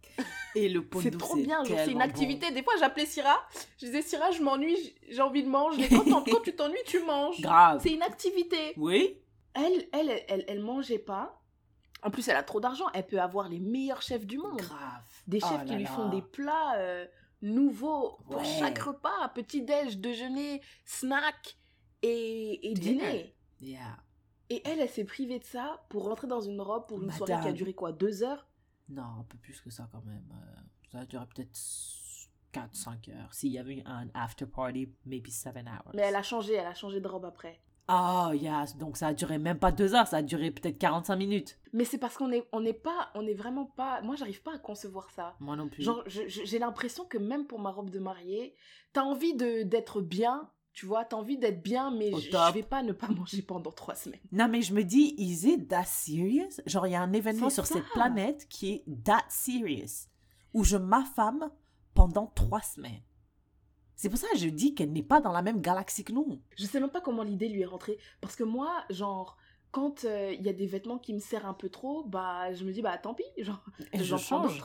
Et le pot c'est d'eau, trop c'est bien, genre c'est une activité. Bon. Des fois, j'appelais Syrah, je disais, Syrah, je m'ennuie, j'ai envie de manger. Quand, quand tu t'ennuies, tu manges. Grave. C'est une activité. Oui. Elle, elle, elle, elle, elle mangeait pas. En plus, elle a trop d'argent. Elle peut avoir les meilleurs chefs du monde. Grave. Des chefs oh qui là lui là. font des plats euh, nouveaux pour ouais. chaque repas. Petit-déj, déjeuner, snack et, et dîner. Yeah. Et elle, elle s'est privée de ça pour rentrer dans une robe pour une Madame. soirée qui a duré quoi, deux heures? Non, un peu plus que ça quand même. Euh, ça a duré peut-être quatre cinq heures. S'il y avait un after party, maybe seven hours. Mais elle a changé, elle a changé de robe après. Oh, yes. Donc ça a duré même pas deux heures, ça a duré peut-être quarante-cinq minutes. Mais c'est parce qu'on est, on est pas, on est vraiment pas... Moi, j'arrive pas à concevoir ça. Moi non plus. Genre, je, je, j'ai l'impression que même pour ma robe de mariée, t'as envie de, d'être bien, tu vois, t'as envie d'être bien, mais je, je vais pas ne pas manger pendant trois semaines. Non, mais je me dis, is it that serious? Genre, il y a un événement c'est sur ça. Cette planète qui est that serious, où je m'affame pendant trois semaines. C'est pour ça que je dis qu'elle n'est pas dans la même galaxie que nous. Je sais même pas comment l'idée lui est rentrée. Parce que moi, genre, quand il euh, y a des vêtements qui me serrent un peu trop, bah, je me dis, bah, tant pis. Genre, je j'en change.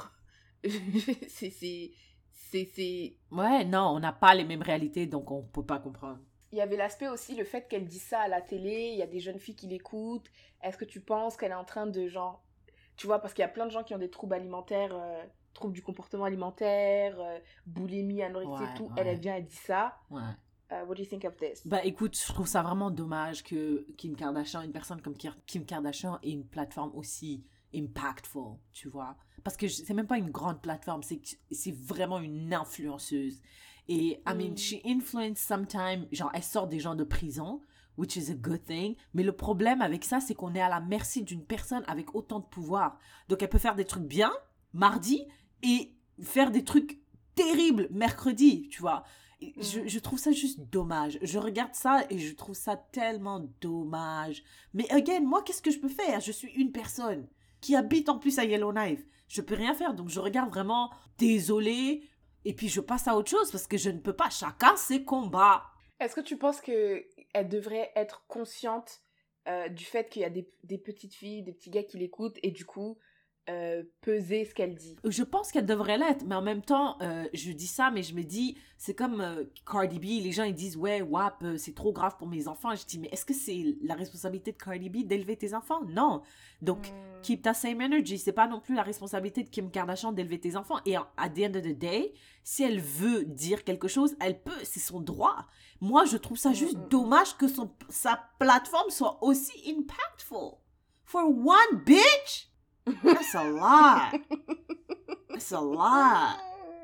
c'est, c'est, c'est, c'est... Ouais, non, on n'a pas les mêmes réalités, donc on peut pas comprendre. Il y avait l'aspect aussi, le fait qu'elle dit ça à la télé, il y a des jeunes filles qui l'écoutent. Est-ce que tu penses qu'elle est en train de, genre... Tu vois, parce qu'il y a plein de gens qui ont des troubles alimentaires... Euh, troubles du comportement alimentaire, euh, boulimie, anorexie ouais, et tout. Ouais. Elle, elle vient, elle dit ça. Ouais. Uh, what do you think of this? Bah écoute, je trouve ça vraiment dommage que Kim Kardashian, une personne comme Kim Kardashian ait une plateforme aussi impactful, tu vois. Parce que c'est même pas une grande plateforme, c'est, c'est vraiment une influenceuse. Et, I mean, mm. she influenced sometimes, genre, elle sort des gens de prison, which is a good thing. Mais le problème avec ça, c'est qu'on est à la merci d'une personne avec autant de pouvoir. Donc elle peut faire des trucs bien, mardi, et faire des trucs terribles mercredi, tu vois. Et mm. je, je trouve ça juste dommage. Je regarde ça et je trouve ça tellement dommage. Mais again, moi, qu'est-ce que je peux faire? Je suis une personne qui habite en plus à Yellowknife. Je peux rien faire. Donc, je regarde vraiment, désolée, et puis je passe à autre chose parce que je ne peux pas. Chacun ses combats. Est-ce que tu penses qu'elle devrait être consciente euh, du fait qu'il y a des, des petites filles, des petits gars qui l'écoutent et du coup... euh, peser ce qu'elle dit. Je pense qu'elle devrait l'être, mais en même temps, euh, je dis ça, mais je me dis, c'est comme euh, Cardi B, les gens ils disent, ouais, W A P, euh, c'est trop grave pour mes enfants. Je dis, mais est-ce que c'est la responsabilité de Cardi B d'élever tes enfants? Non. Donc, Mm. keep ta same energy. C'est pas non plus la responsabilité de Kim Kardashian d'élever tes enfants. Et à the end of the day, si elle veut dire quelque chose, elle peut, c'est son droit. Moi, je trouve ça juste Mm, mm, dommage que son, sa plateforme soit aussi impactful. For one bitch? That's a lot. That's a lot.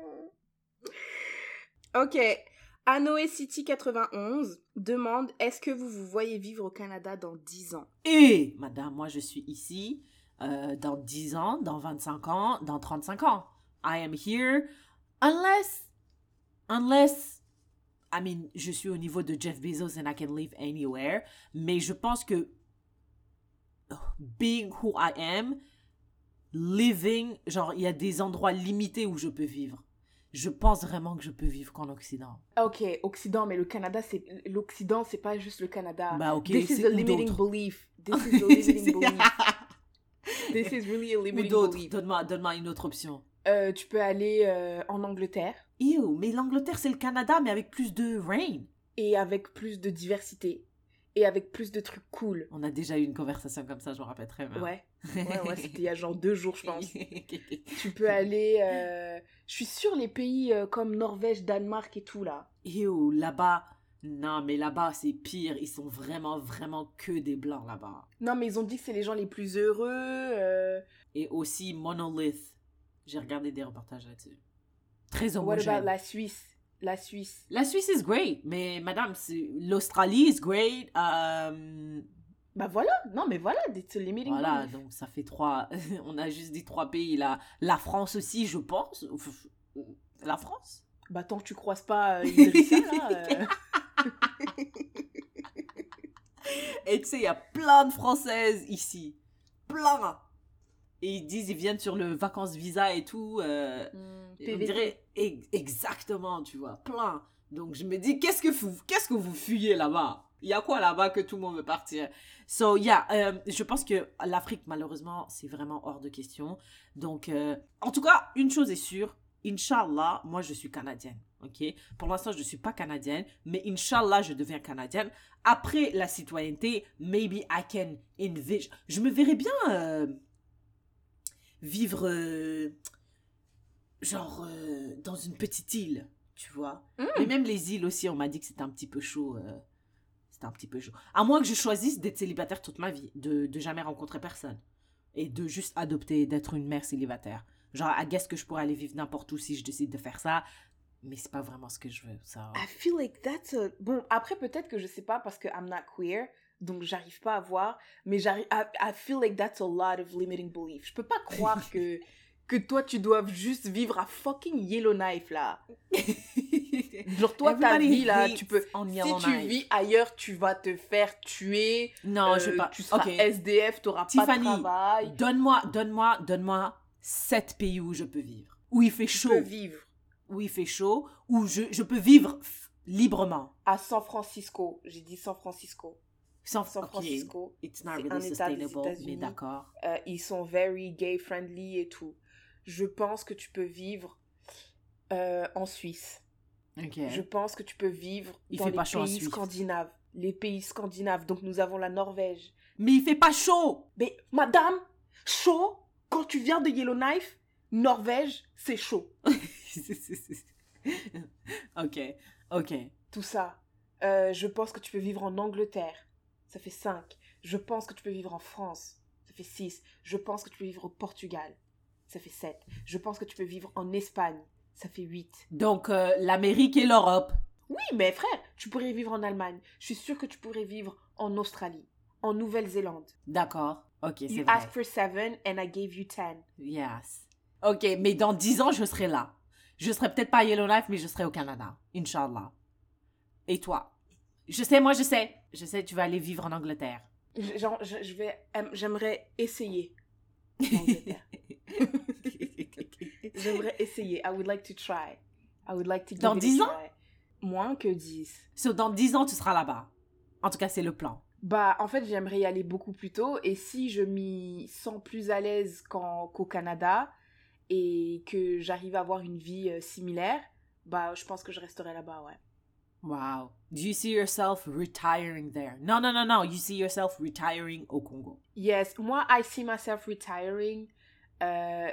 Ok. Anoé City quatre-vingt-onze demande est-ce que vous vous voyez vivre au Canada dans dix ans? Et, madame, moi, je suis ici euh, dans dix ans, dans vingt-cinq ans, dans trente-cinq ans. I am here unless, unless, I mean, je suis au niveau de Jeff Bezos and I can live anywhere. Mais je pense que being who I am, living, genre, il y a des endroits limités où je peux vivre. Je pense vraiment que je peux vivre qu'en Occident. Ok, Occident, mais le Canada, c'est l'Occident, c'est pas juste le Canada. Bah, ok, This is c'est a où limiting d'autre? belief. This is a limiting belief. This is really a Ou limiting d'autres? belief. Donne-moi, donne-moi une autre option. Euh, tu peux aller euh, en Angleterre Ew, mais l'Angleterre, c'est le Canada, mais avec plus de rain. et avec plus de diversité et avec plus de trucs cool. On a déjà eu une conversation comme ça, je me rappelle très bien. Ouais, ouais, ouais, c'était il y a genre deux jours, je pense. Tu peux aller, euh, je suis sûre, les pays euh, comme Norvège, Danemark et tout, là. Ew, là-bas, non, mais là-bas, c'est pire. Ils sont vraiment, vraiment que des blancs là-bas. Non, mais ils ont dit que c'est les gens les plus heureux. euh, Et aussi Monolith. J'ai regardé des reportages là-dessus. Très What homogène. about la Suisse? La Suisse. La Suisse is great, mais madame, c'est- l'Australie is great. euh, Bah voilà, non mais voilà, it's a limiting Voilà, belief. donc ça fait trois. On a juste dit trois pays là. La France aussi, je pense. La France? Bah tant que tu croises pas euh, Idrissa, là... euh, Et tu sais, il y a plein de Françaises ici. Plein. Et ils disent, ils viennent sur le vacances visa et tout. euh, hmm, et P on V T. dirait ex- exactement, tu vois, plein. Donc je me dis, qu'est-ce que vous, qu'est-ce que vous fuyez là-bas? Il y a quoi là-bas que tout le monde veut partir? So, yeah, euh, je pense que l'Afrique, malheureusement, c'est vraiment hors de question. Donc, euh, en tout cas, une chose est sûre, Inch'Allah, moi je suis canadienne, ok? Pour l'instant, je ne suis pas canadienne, mais Inch'Allah, je deviens canadienne. Après la citoyenneté, maybe I can envision. Je me verrais bien euh, vivre, euh, genre, euh, dans une petite île, tu vois? Mm. Mais même les îles aussi, on m'a dit que c'était un petit peu chaud. euh, c'était un petit peu chaud. À moins que je choisisse d'être célibataire toute ma vie, de, de jamais rencontrer personne. Et de juste adopter, d'être une mère célibataire. Genre, I guess que je pourrais aller vivre n'importe où si je décide de faire ça. Mais c'est pas vraiment ce que je veux, ça. I feel like that's a... Bon, après, peut-être que je sais pas parce que I'm not queer, donc j'arrive pas à voir, mais j'arrive... I, I feel like that's a lot of limiting belief. Je peux pas croire que, que toi, tu dois juste vivre à fucking Yellowknife, là. Genre, toi, ta Everybody vie, là, hates tu peux... on Si Yellowknife. tu vis ailleurs, tu vas te faire tuer. Non, euh, je sais pas. Tu seras Ok. S D F, t'auras pas de Tiffany, travail. donne-moi, donne-moi, donne-moi sept pays où je peux vivre. Où il fait Tu chaud. peux vivre Où il fait chaud. Où je, je peux vivre f- librement. à San Francisco. J'ai dit San Francisco. Sans, San ok, Francisco. it's not c'est un really état des sustainable, mais États-Unis. d'accord. Euh, ils sont very gay friendly et tout. Je pense que tu peux vivre euh, en Suisse. Ok. Je pense que tu peux vivre Il dans fait les pas chaud en pays Suisse. scandinaves. Les pays scandinaves. Donc nous avons la Norvège. Mais il fait pas chaud. Mais madame, chaud, quand tu viens de Yellowknife, Norvège, c'est chaud. ok, ok. Tout ça. Euh, je pense que tu peux vivre en Angleterre. Ça fait cinq. Je pense que tu peux vivre en France. Ça fait six. Je pense que tu peux vivre au Portugal. Ça fait sept. Je pense que tu peux vivre en Espagne. Ça fait huit. Donc, euh, l'Amérique et l'Europe. Oui, mais frère, tu pourrais vivre en Allemagne. Je suis sûre que tu pourrais vivre en Australie, en Nouvelle-Zélande. D'accord. Ok, c'est You vrai. asked for seven and I gave you ten. Yes. Ok, mais dans dix ans, je serai là. Je serai peut-être pas à Yellowknife, mais je serai au Canada. Inch'Allah. Et toi? Je sais, moi, je sais. Je sais, tu vas aller vivre en Angleterre. Je- Genre, je, je vais, euh, j'aimerais essayer. l'Angleterre. J'aimerais essayer. I would like to try. I would like to give Dans it a dix ans? try. Moins que dix. So, dans dix ans, tu seras là-bas. En tout cas, c'est le plan. Bah, en fait, j'aimerais y aller beaucoup plus tôt. Et si je m'y sens plus à l'aise qu'en- qu'au Canada et que j'arrive à avoir une vie euh, similaire, bah, je pense que je resterai là-bas, ouais. Wow. Do you see yourself retiring there? No, no, no, no. You see yourself retiring au Congo. Yes, moi, I see myself retiring. Euh,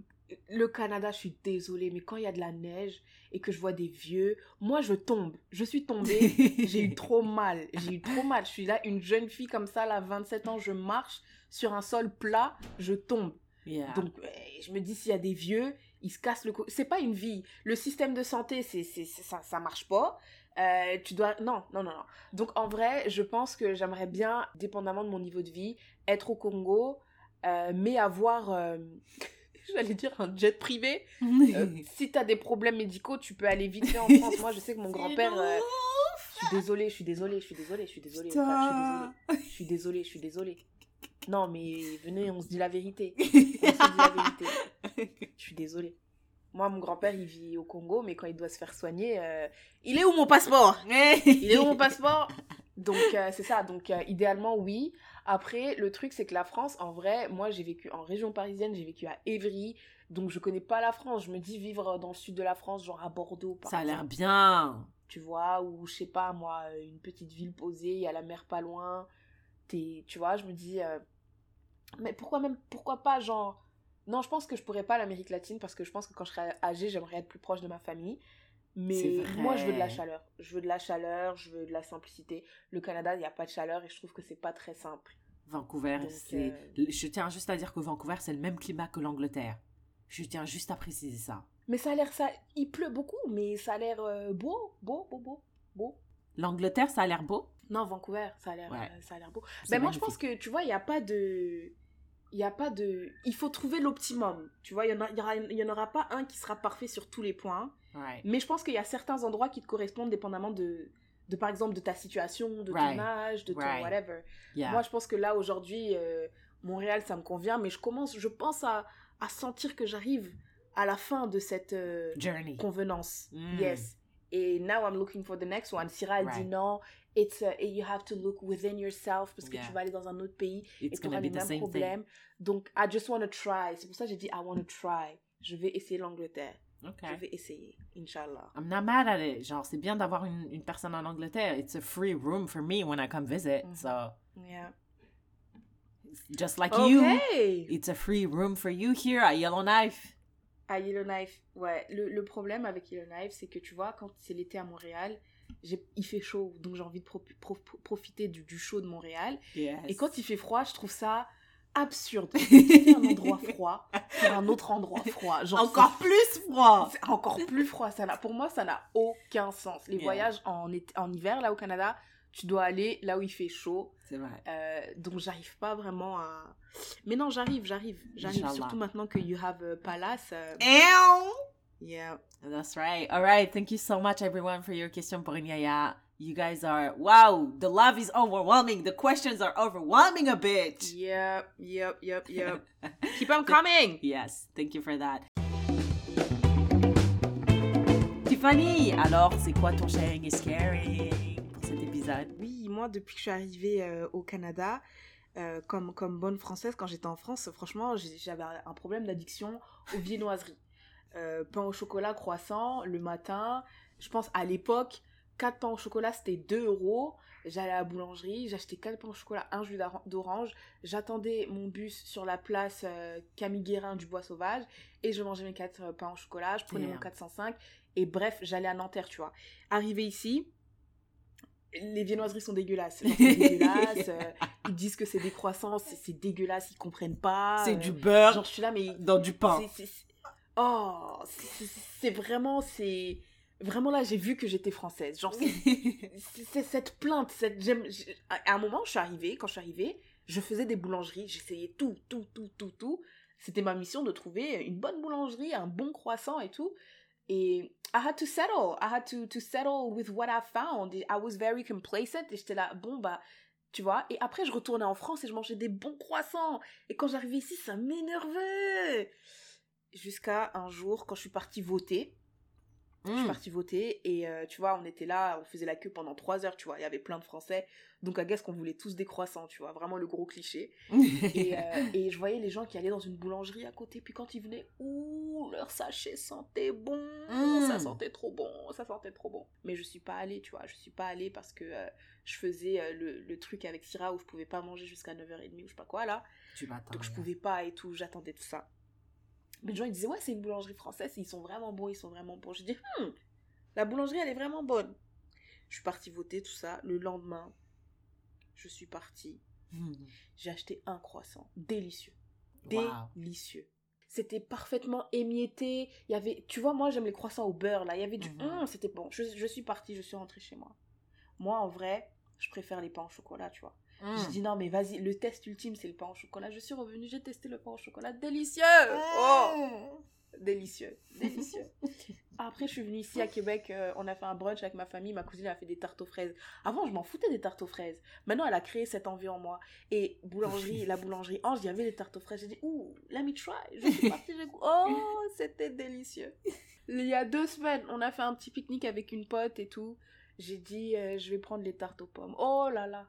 le Canada, je suis désolée, mais quand il y a de la neige et que je vois des vieux, moi, je tombe. Je suis tombée, j'ai eu trop mal. J'ai eu trop mal. Je suis là, une jeune fille comme ça, là, vingt-sept ans, je marche sur un sol plat, je tombe. Yeah. Donc, euh, je me dis, s'il y a des vieux, ils se cassent le cou. C'est pas une vie. Le système de santé, c'est, c'est, c'est- ça, ça marche pas. Euh, tu dois... Non, non, non, non. Donc, en vrai, je pense que j'aimerais bien, dépendamment de mon niveau de vie, être au Congo, euh, mais avoir... euh, J'allais dire un jet privé. Euh, si t'as des problèmes médicaux, tu peux aller vite fait en France. Moi, je sais que mon grand-père... euh, je suis désolée, je suis désolée, je suis désolée, je suis désolée, frère, je suis désolée. Je suis désolée, je suis désolée. Non, mais venez, on se dit la vérité. On se dit la vérité. Je suis désolée. Moi, mon grand-père, il vit au Congo, mais quand il doit se faire soigner, euh, il est où mon passeport? Il est où mon passeport? Donc, euh, c'est ça. Donc, euh, idéalement, oui. Après, le truc, c'est que la France, en vrai, moi, j'ai vécu en région parisienne, j'ai vécu à Évry. Donc, je connais pas la France. Je me dis vivre dans le sud de la France, genre à Bordeaux, par Ça a l'air exemple. bien. Tu vois, ou je sais pas, moi, une petite ville posée, il y a la mer pas loin. T'es, tu vois, je me dis... euh, mais pourquoi même, pourquoi pas, genre... Non, je pense que je pourrais pas l'Amérique latine parce que je pense que quand je serai âgée, j'aimerais être plus proche de ma famille. C'est Mais vrai. moi, je veux de la chaleur. Je veux de la chaleur, je veux de la simplicité. Le Canada, il n'y a pas de chaleur et je trouve que c'est pas très simple. Vancouver, Donc, c'est... euh, Je tiens juste à dire que Vancouver, c'est le même climat que l'Angleterre. Je tiens juste à préciser ça. Mais ça a l'air... ça... Il pleut beaucoup, mais ça a l'air euh, beau, beau, beau, beau, beau. L'Angleterre, ça a l'air beau. Non, Vancouver, ça a l'air, Ouais. euh, ça a l'air beau. C'est Ben moi, je magnifique. pense que, tu vois, il n'y a pas de... Il y a pas de... Il faut trouver l'optimum. Tu vois, il y en a- il y aura- il y en aura pas un qui sera parfait sur tous les points. Right. Mais je pense qu'il y a certains endroits qui te correspondent dépendamment de, de par exemple, de ta situation, de Right. ton âge, de ton Right. whatever. Yeah. Moi, je pense que là, aujourd'hui, euh, Montréal, ça me convient, mais je commence, je pense à, à sentir que j'arrive à la fin de cette euh, Journey. convenance. Mm. Yes. Et now I'm looking for the next one. Syrah, elle dit Right. non, it's a- you have to look within yourself parce que Yeah. tu vas aller dans un autre pays It's et tu auras gonna les be the mêmes same problèmes. Donc, I just want to try. C'est pour ça que j'ai dit I want to try. Je vais essayer l'Angleterre. thing. Je Okay. vais essayer, Inch'Allah. I'm not mad at it. Genre, c'est bien d'avoir une, une personne en Angleterre. It's a free room for me when I come visit. Mhm. So, Yeah. just like you, Okay. it's a free room for you here at Yellowknife. À Yellowknife, ouais. Le, le problème avec Yellowknife, c'est que tu vois, quand c'est l'été à Montréal, j'ai, il fait chaud, donc j'ai envie de pro- pro- profiter du, du chaud de Montréal. Yes. Et quand il fait froid, je trouve ça absurde. Quitter un endroit froid pour un autre endroit froid. Genre, Encore plus froid. c'est, c'est encore plus froid. Ça n'a, pour moi, ça n'a aucun sens. Les Yeah. voyages en, été- en hiver, là au Canada, tu dois aller là où il fait chaud. C'est vrai. Euh, donc j'arrive pas vraiment à... Mais non, j'arrive, j'arrive, j'arrive. Inch'Allah. Surtout maintenant que you have a palace. euh, Ew. Yeah. That's right. All right. Thank you so much, everyone, for your question pour Inyaya. You guys are, wow, the love is overwhelming. The questions are overwhelming a bit. Yep, yep, yep, yep. Keep on coming! Yes, thank you for that. Tiffany, alors, c'est quoi ton sharing is caring pour cet épisode? Oui, moi, depuis que je suis arrivée euh, au Canada, euh, comme, comme bonne Française, quand j'étais en France, franchement, j'ai- j'avais un problème d'addiction aux viennoiseries. Euh, pain au chocolat, croissant, le matin. Je pense, à l'époque, quatre pains au chocolat, c'était deux euros. J'allais à la boulangerie, j'achetais quatre pains au chocolat, un jus d'ar- d'orange. J'attendais mon bus sur la place euh, Camille Guérin du Bois Sauvage et je mangeais mes quatre euh, pains au chocolat. Je prenais Damn. mon quatre cent cinq et bref, j'allais à Nanterre, tu vois. Arrivé ici, les viennoiseries sont dégueulasses. Genre, c'est dégueulasse. euh, ils disent que c'est des croissants, c'est, c'est dégueulasse, ils comprennent pas. C'est euh, du beurre Genre, je suis là, mais dans du pain. c'est, c'est- c'est- Oh, c'est, c'est- c'est vraiment, c'est... Vraiment là, j'ai vu que j'étais française. Genre, c'est, c'est- c'est cette plainte, cette... J'aime... j'ai- À un moment, je suis arrivée, quand je suis arrivée, je faisais des boulangeries, j'essayais tout, tout, tout, tout, tout. C'était ma mission de trouver une bonne boulangerie, un bon croissant et tout. Et I had to settle. I had to, to settle with what I found. I was very complacent. Et j'étais là, bon, bah, tu vois. Et après, je retournais en France et je mangeais des bons croissants. Et quand j'arrivais ici, ça m'énervait. Jusqu'à un jour, quand je suis partie voter. Je suis partie voter et euh, tu vois, on était là, on faisait la queue pendant trois heures, tu vois. Il y avait plein de Français. Donc, à guess qu'on voulait tous des croissants, tu vois. Vraiment le gros cliché. et, euh, et je voyais les gens qui allaient dans une boulangerie à côté. Puis quand ils venaient, ouh, leur sachet sentait bon. Mm. Ça sentait trop bon, ça sentait trop bon. Mais je suis pas allée, tu vois. Je suis pas allée parce que euh, je faisais euh, le, le truc avec Syrah où je pouvais pas manger jusqu'à neuf heures trente ou je sais pas quoi, là. Tu m'attends. Donc, je pouvais pas et tout. J'attendais tout ça. Mais les gens, ils disaient, ouais, c'est une boulangerie française. Ils sont vraiment bons, ils sont vraiment bons. Je dis, hmm. La boulangerie, elle est vraiment bonne. Je suis partie voter, tout ça. Le lendemain, je suis partie. Mmh. J'ai acheté un croissant. Délicieux. Wow. Délicieux. C'était parfaitement émietté. Il y avait... Tu vois, moi, j'aime les croissants au beurre, là. Il y avait du... Mmh. Mmh, c'était bon. Je, je suis partie, je suis rentrée chez moi. Moi, en vrai, je préfère les pains au chocolat, tu vois. Mmh. J'ai dit, non, mais vas-y, le test ultime, c'est le pain au chocolat. Je suis revenue, j'ai testé le pain au chocolat. Délicieux. Mmh. Oh, délicieux, délicieux. Après, je suis venue ici à Québec, euh, on a fait un brunch avec ma famille, ma cousine a fait des tartes aux fraises. Avant, je m'en foutais des tartes aux fraises. Maintenant, elle a créé cette envie en moi. Et boulangerie, la boulangerie Ange, il y avait des tartes aux fraises. J'ai dit, ouh, let me try. Je suis partie, j'ai goûté. Oh, c'était délicieux. Il y a deux semaines, on a fait un petit pique-nique avec une pote et tout. J'ai dit, euh, je vais prendre les tartes aux pommes. Oh là là.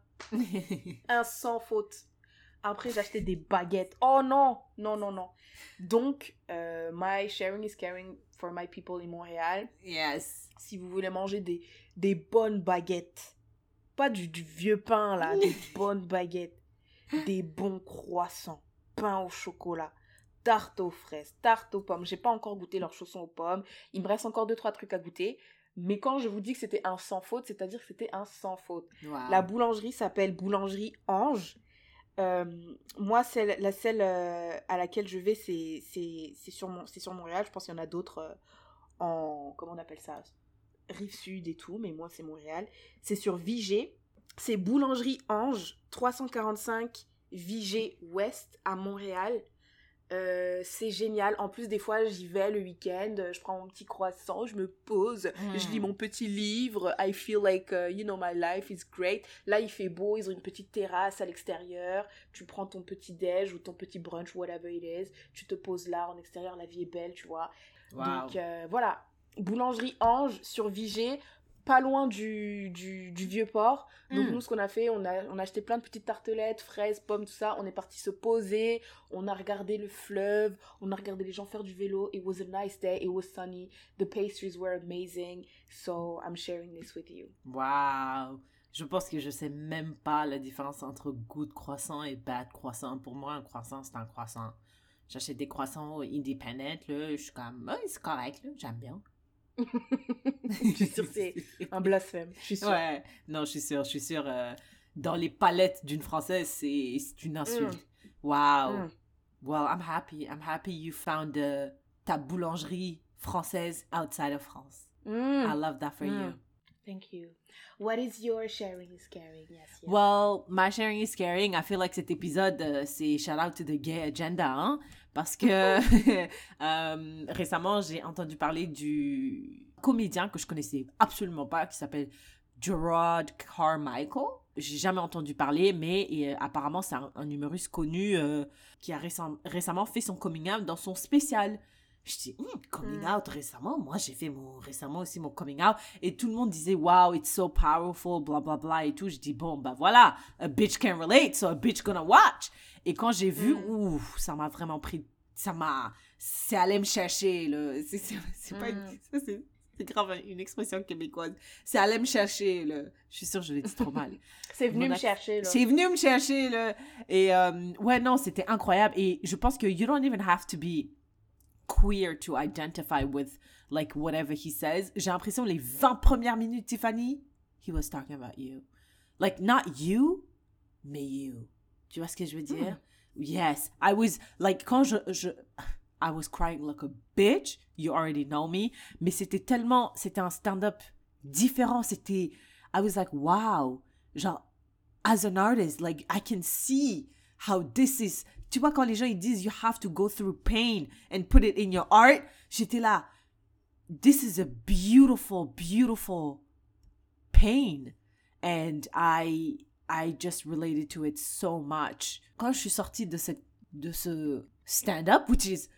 Un sans faute. Après, j'ai acheté des baguettes. Oh non, non, non, non. Donc, euh, my sharing is caring for my people in Montréal. Yes. Si vous voulez manger des, des bonnes baguettes, pas du, du vieux pain, là, des bonnes baguettes, des bons croissants, pain au chocolat, tarte aux fraises, tarte aux pommes. J'ai pas encore goûté leurs chaussons aux pommes. Il me reste encore deux, trois trucs à goûter. Mais quand je vous dis que c'était un sans faute, c'est-à-dire que c'était un sans faute. Wow. La boulangerie s'appelle Boulangerie Ange. Euh, moi, celle, la celle euh, à laquelle je vais, c'est, c'est, c'est, sur, mon, c'est sur Montréal. Je pense qu'il y en a d'autres euh, en... Comment on appelle ça ? Rive-Sud et tout, mais moi, c'est Montréal. C'est sur Vigée. C'est Boulangerie Ange, trois cent quarante-cinq Vigée Ouest à Montréal. Euh, c'est génial. En plus, des fois, j'y vais le week-end. Je prends mon petit croissant, je me pose, mm. je lis mon petit livre. I feel like, uh, you know, my life is great. Là, il fait beau. Ils ont une petite terrasse à l'extérieur. Tu prends ton petit déj ou ton petit brunch, whatever it is. Tu te poses là, en extérieur. La vie est belle, tu vois. Wow. Donc, euh, voilà. Boulangerie Ange sur Vigée. Pas loin du, du, du Vieux-Port. Donc, mm. nous, ce qu'on a fait, on a, on a acheté plein de petites tartelettes, fraises, pommes, tout ça. On est parti se poser. On a regardé le fleuve. On a regardé les gens faire du vélo. It was a nice day. It was sunny. The pastries were amazing. So, I'm sharing this with you. Wow! Je pense que je sais même pas la différence entre good croissant et bad croissant. Pour moi, un croissant, c'est un croissant. J'achète des croissants indépendants, là. Je suis comme, oh, c'est correct, là. J'aime bien. Je suis sûre que c'est un blasphème. Je suis sûre. Ouais, non, je suis sûre. Je suis sûre. Euh, dans les palettes d'une Française, c'est, c'est une insulte. Mm. Wow. Mm. Well, I'm happy. I'm happy you found uh, ta boulangerie française outside of France. Mm. I love that for mm. you. Thank you. What is your sharing is caring? Yes, yes. Well, my sharing is caring. I feel like cet épisode, uh, c'est shout out to the gay agenda, hein? Parce que euh, récemment, j'ai entendu parler du comédien que je connaissais absolument pas, qui s'appelle Gerard Carmichael. J'ai jamais entendu parler, mais et, euh, apparemment, c'est un, un humoriste connu euh, qui a récem- récemment fait son coming out dans son spécial. Je dis, hm, coming mm. out récemment? Moi, j'ai fait mon, récemment aussi mon coming out. Et tout le monde disait, wow, it's so powerful, bla bla bla et tout. Je dis, bon, bah voilà, a bitch can relate, so a bitch gonna watch. Et quand j'ai vu, mm. ouf, ça m'a vraiment pris, ça m'a, c'est allé me chercher, là. C'est, c'est, c'est mm. pas une, ça, c'est, c'est grave une expression québécoise. C'est allé me chercher, là. Je suis sûre que je l'ai dit trop mal. C'est venu Mon me ac- chercher, là. C'est venu me chercher, là. Et, euh, ouais, non, c'était incroyable. Et je pense que you don't even have to be queer to identify with, like, whatever he says. J'ai l'impression, les vingt premières minutes, Tiffany, he was talking about you. Like, not you, mais you. Tu vois ce que je veux dire? Mm. Yes. I was, like, quand je, je... I was crying like a bitch. You already know me. Mais c'était tellement... C'était un stand-up différent. C'était... I was like, wow. Genre, as an artist, like, I can see how this is... Tu vois, quand les gens, ils disent, you have to go through pain and put it in your art, j'étais là, this is a beautiful, beautiful pain. And I... I just related to it so much. Quand je suis sortie de, cette, de ce stand-up, which is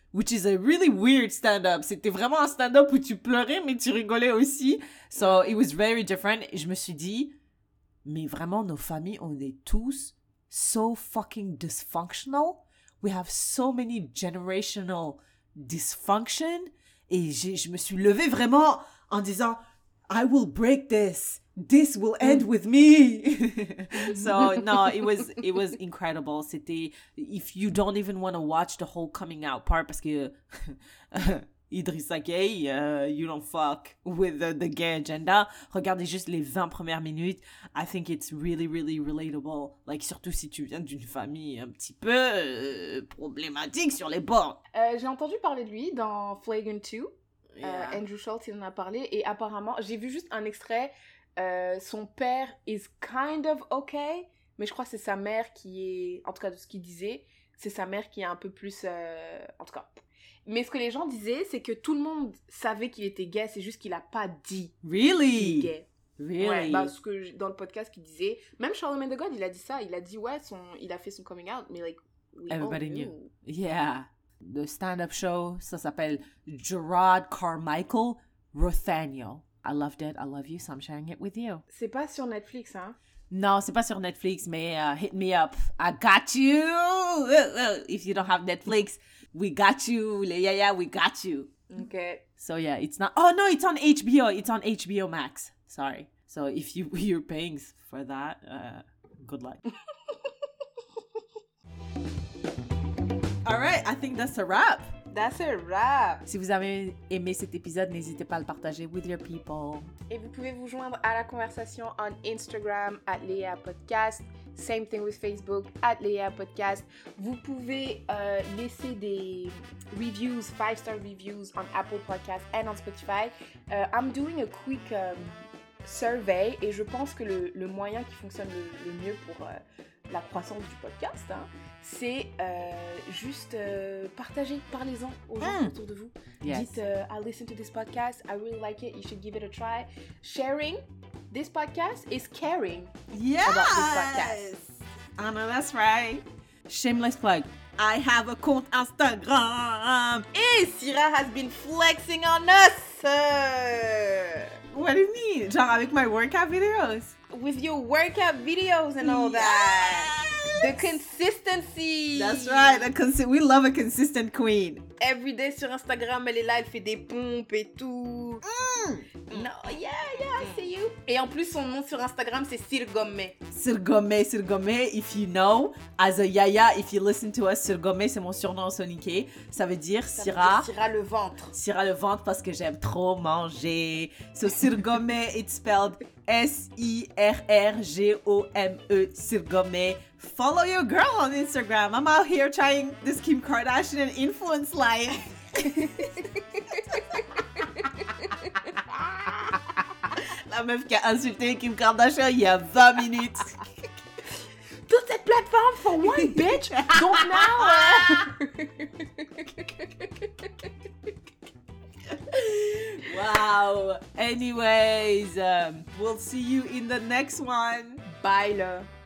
which is a really weird stand-up. C'était vraiment un stand-up où tu pleurais, mais tu rigolais aussi. So, it was very different. Et je me suis dit, mais vraiment, nos familles, on est tous so fucking dysfunctional. We have so many generational dysfunction. Et j'ai, je me suis levée vraiment en disant, I will break this. This will end with me. So, no, it was, it was incredible. C'était, if you don't even want to watch the whole coming out part, parce que Idrissa Gueye, uh, you don't fuck with the, the gay agenda. Regardez juste les vingt premières minutes. I think it's really, really relatable. Like, surtout si tu viens d'une famille un petit peu euh, problématique sur les bords. Euh, j'ai entendu parler de lui dans Flagrant deux. Yeah. Euh, Andrew Schultz, il en a parlé. Et apparemment, j'ai vu juste un extrait. Euh, son père is kind of okay. Mais je crois que c'est sa mère qui est... En tout cas, de ce qu'il disait, c'est sa mère qui est un peu plus... Euh, en tout cas... Mais ce que les gens disaient, c'est que tout le monde savait qu'il était gay, c'est juste qu'il a pas dit Really? qu'il est gay. Really? Ouais, bah, ce que, dans le podcast qu'il disait, même Charlemagne the God, il a dit ça, il a dit, ouais, son, il a fait son coming out, mais like, we Everybody all knew. knew. Yeah. The stand-up show, ça s'appelle Gerard Carmichael Rothaniel. I loved it, I love you, so I'm sharing it with you. C'est pas sur Netflix, hein? Non, c'est pas sur Netflix, mais uh, hit me up. I got you. If you don't have Netflix, we got you. Les yaya, we got you. Ok. So yeah, it's not... Oh no, it's on H B O. It's on H B O Max. Sorry. So if you, you're paying for that, uh, good luck. All right, I think that's a wrap. That's a wrap. Si vous avez aimé cet épisode, n'hésitez pas à le partager with your people. Et vous pouvez vous joindre à la conversation on Instagram, at Léa Podcast. Same thing with Facebook, at Léa Podcast. Vous pouvez euh, laisser des reviews, five-star reviews on Apple Podcasts and on Spotify. Uh, I'm doing a quick um, survey et je pense que le, le moyen qui fonctionne le, le mieux pour euh, la croissance du podcast, hein, c'est euh, juste euh, partager, parlez-en aux gens Mm. autour de vous. Yes. Dites, uh, I listen to this podcast, I really like it, you should give it a try. Sharing this podcast is caring. Yes! About this podcast. I know that's right. Shameless plug. I have a compte Instagram. Et Syrah has been flexing on us! uh, What do you mean? Genre avec my workout videos? with your workout videos and all that. The consistency. That's right. The consi- we love a consistent queen. Every day sur Instagram, elle est là, elle fait des pompes et tout. Mm. No, yeah, yeah, I see you. Et en plus, son nom sur Instagram, c'est Sirgome. Sirgome, Sirgome, if you know, as a yaya, if you listen to us, Sirgome, c'est mon surnom soniqué. Ça veut dire Ça veut Syrah. dire Syrah le ventre. Syrah le ventre parce que j'aime trop manger. So Sirgome, it's spelled S I R R G O M E, Sirgome. Follow your girl on Instagram. I'm out here trying this Kim Kardashian influence life. La meuf qui a insulté Kim Kardashian il y a vingt minutes. Toute cette plateforme for one bitch. Donc now. uh, Wow. Anyways, um, we'll see you in the next one. Bye là.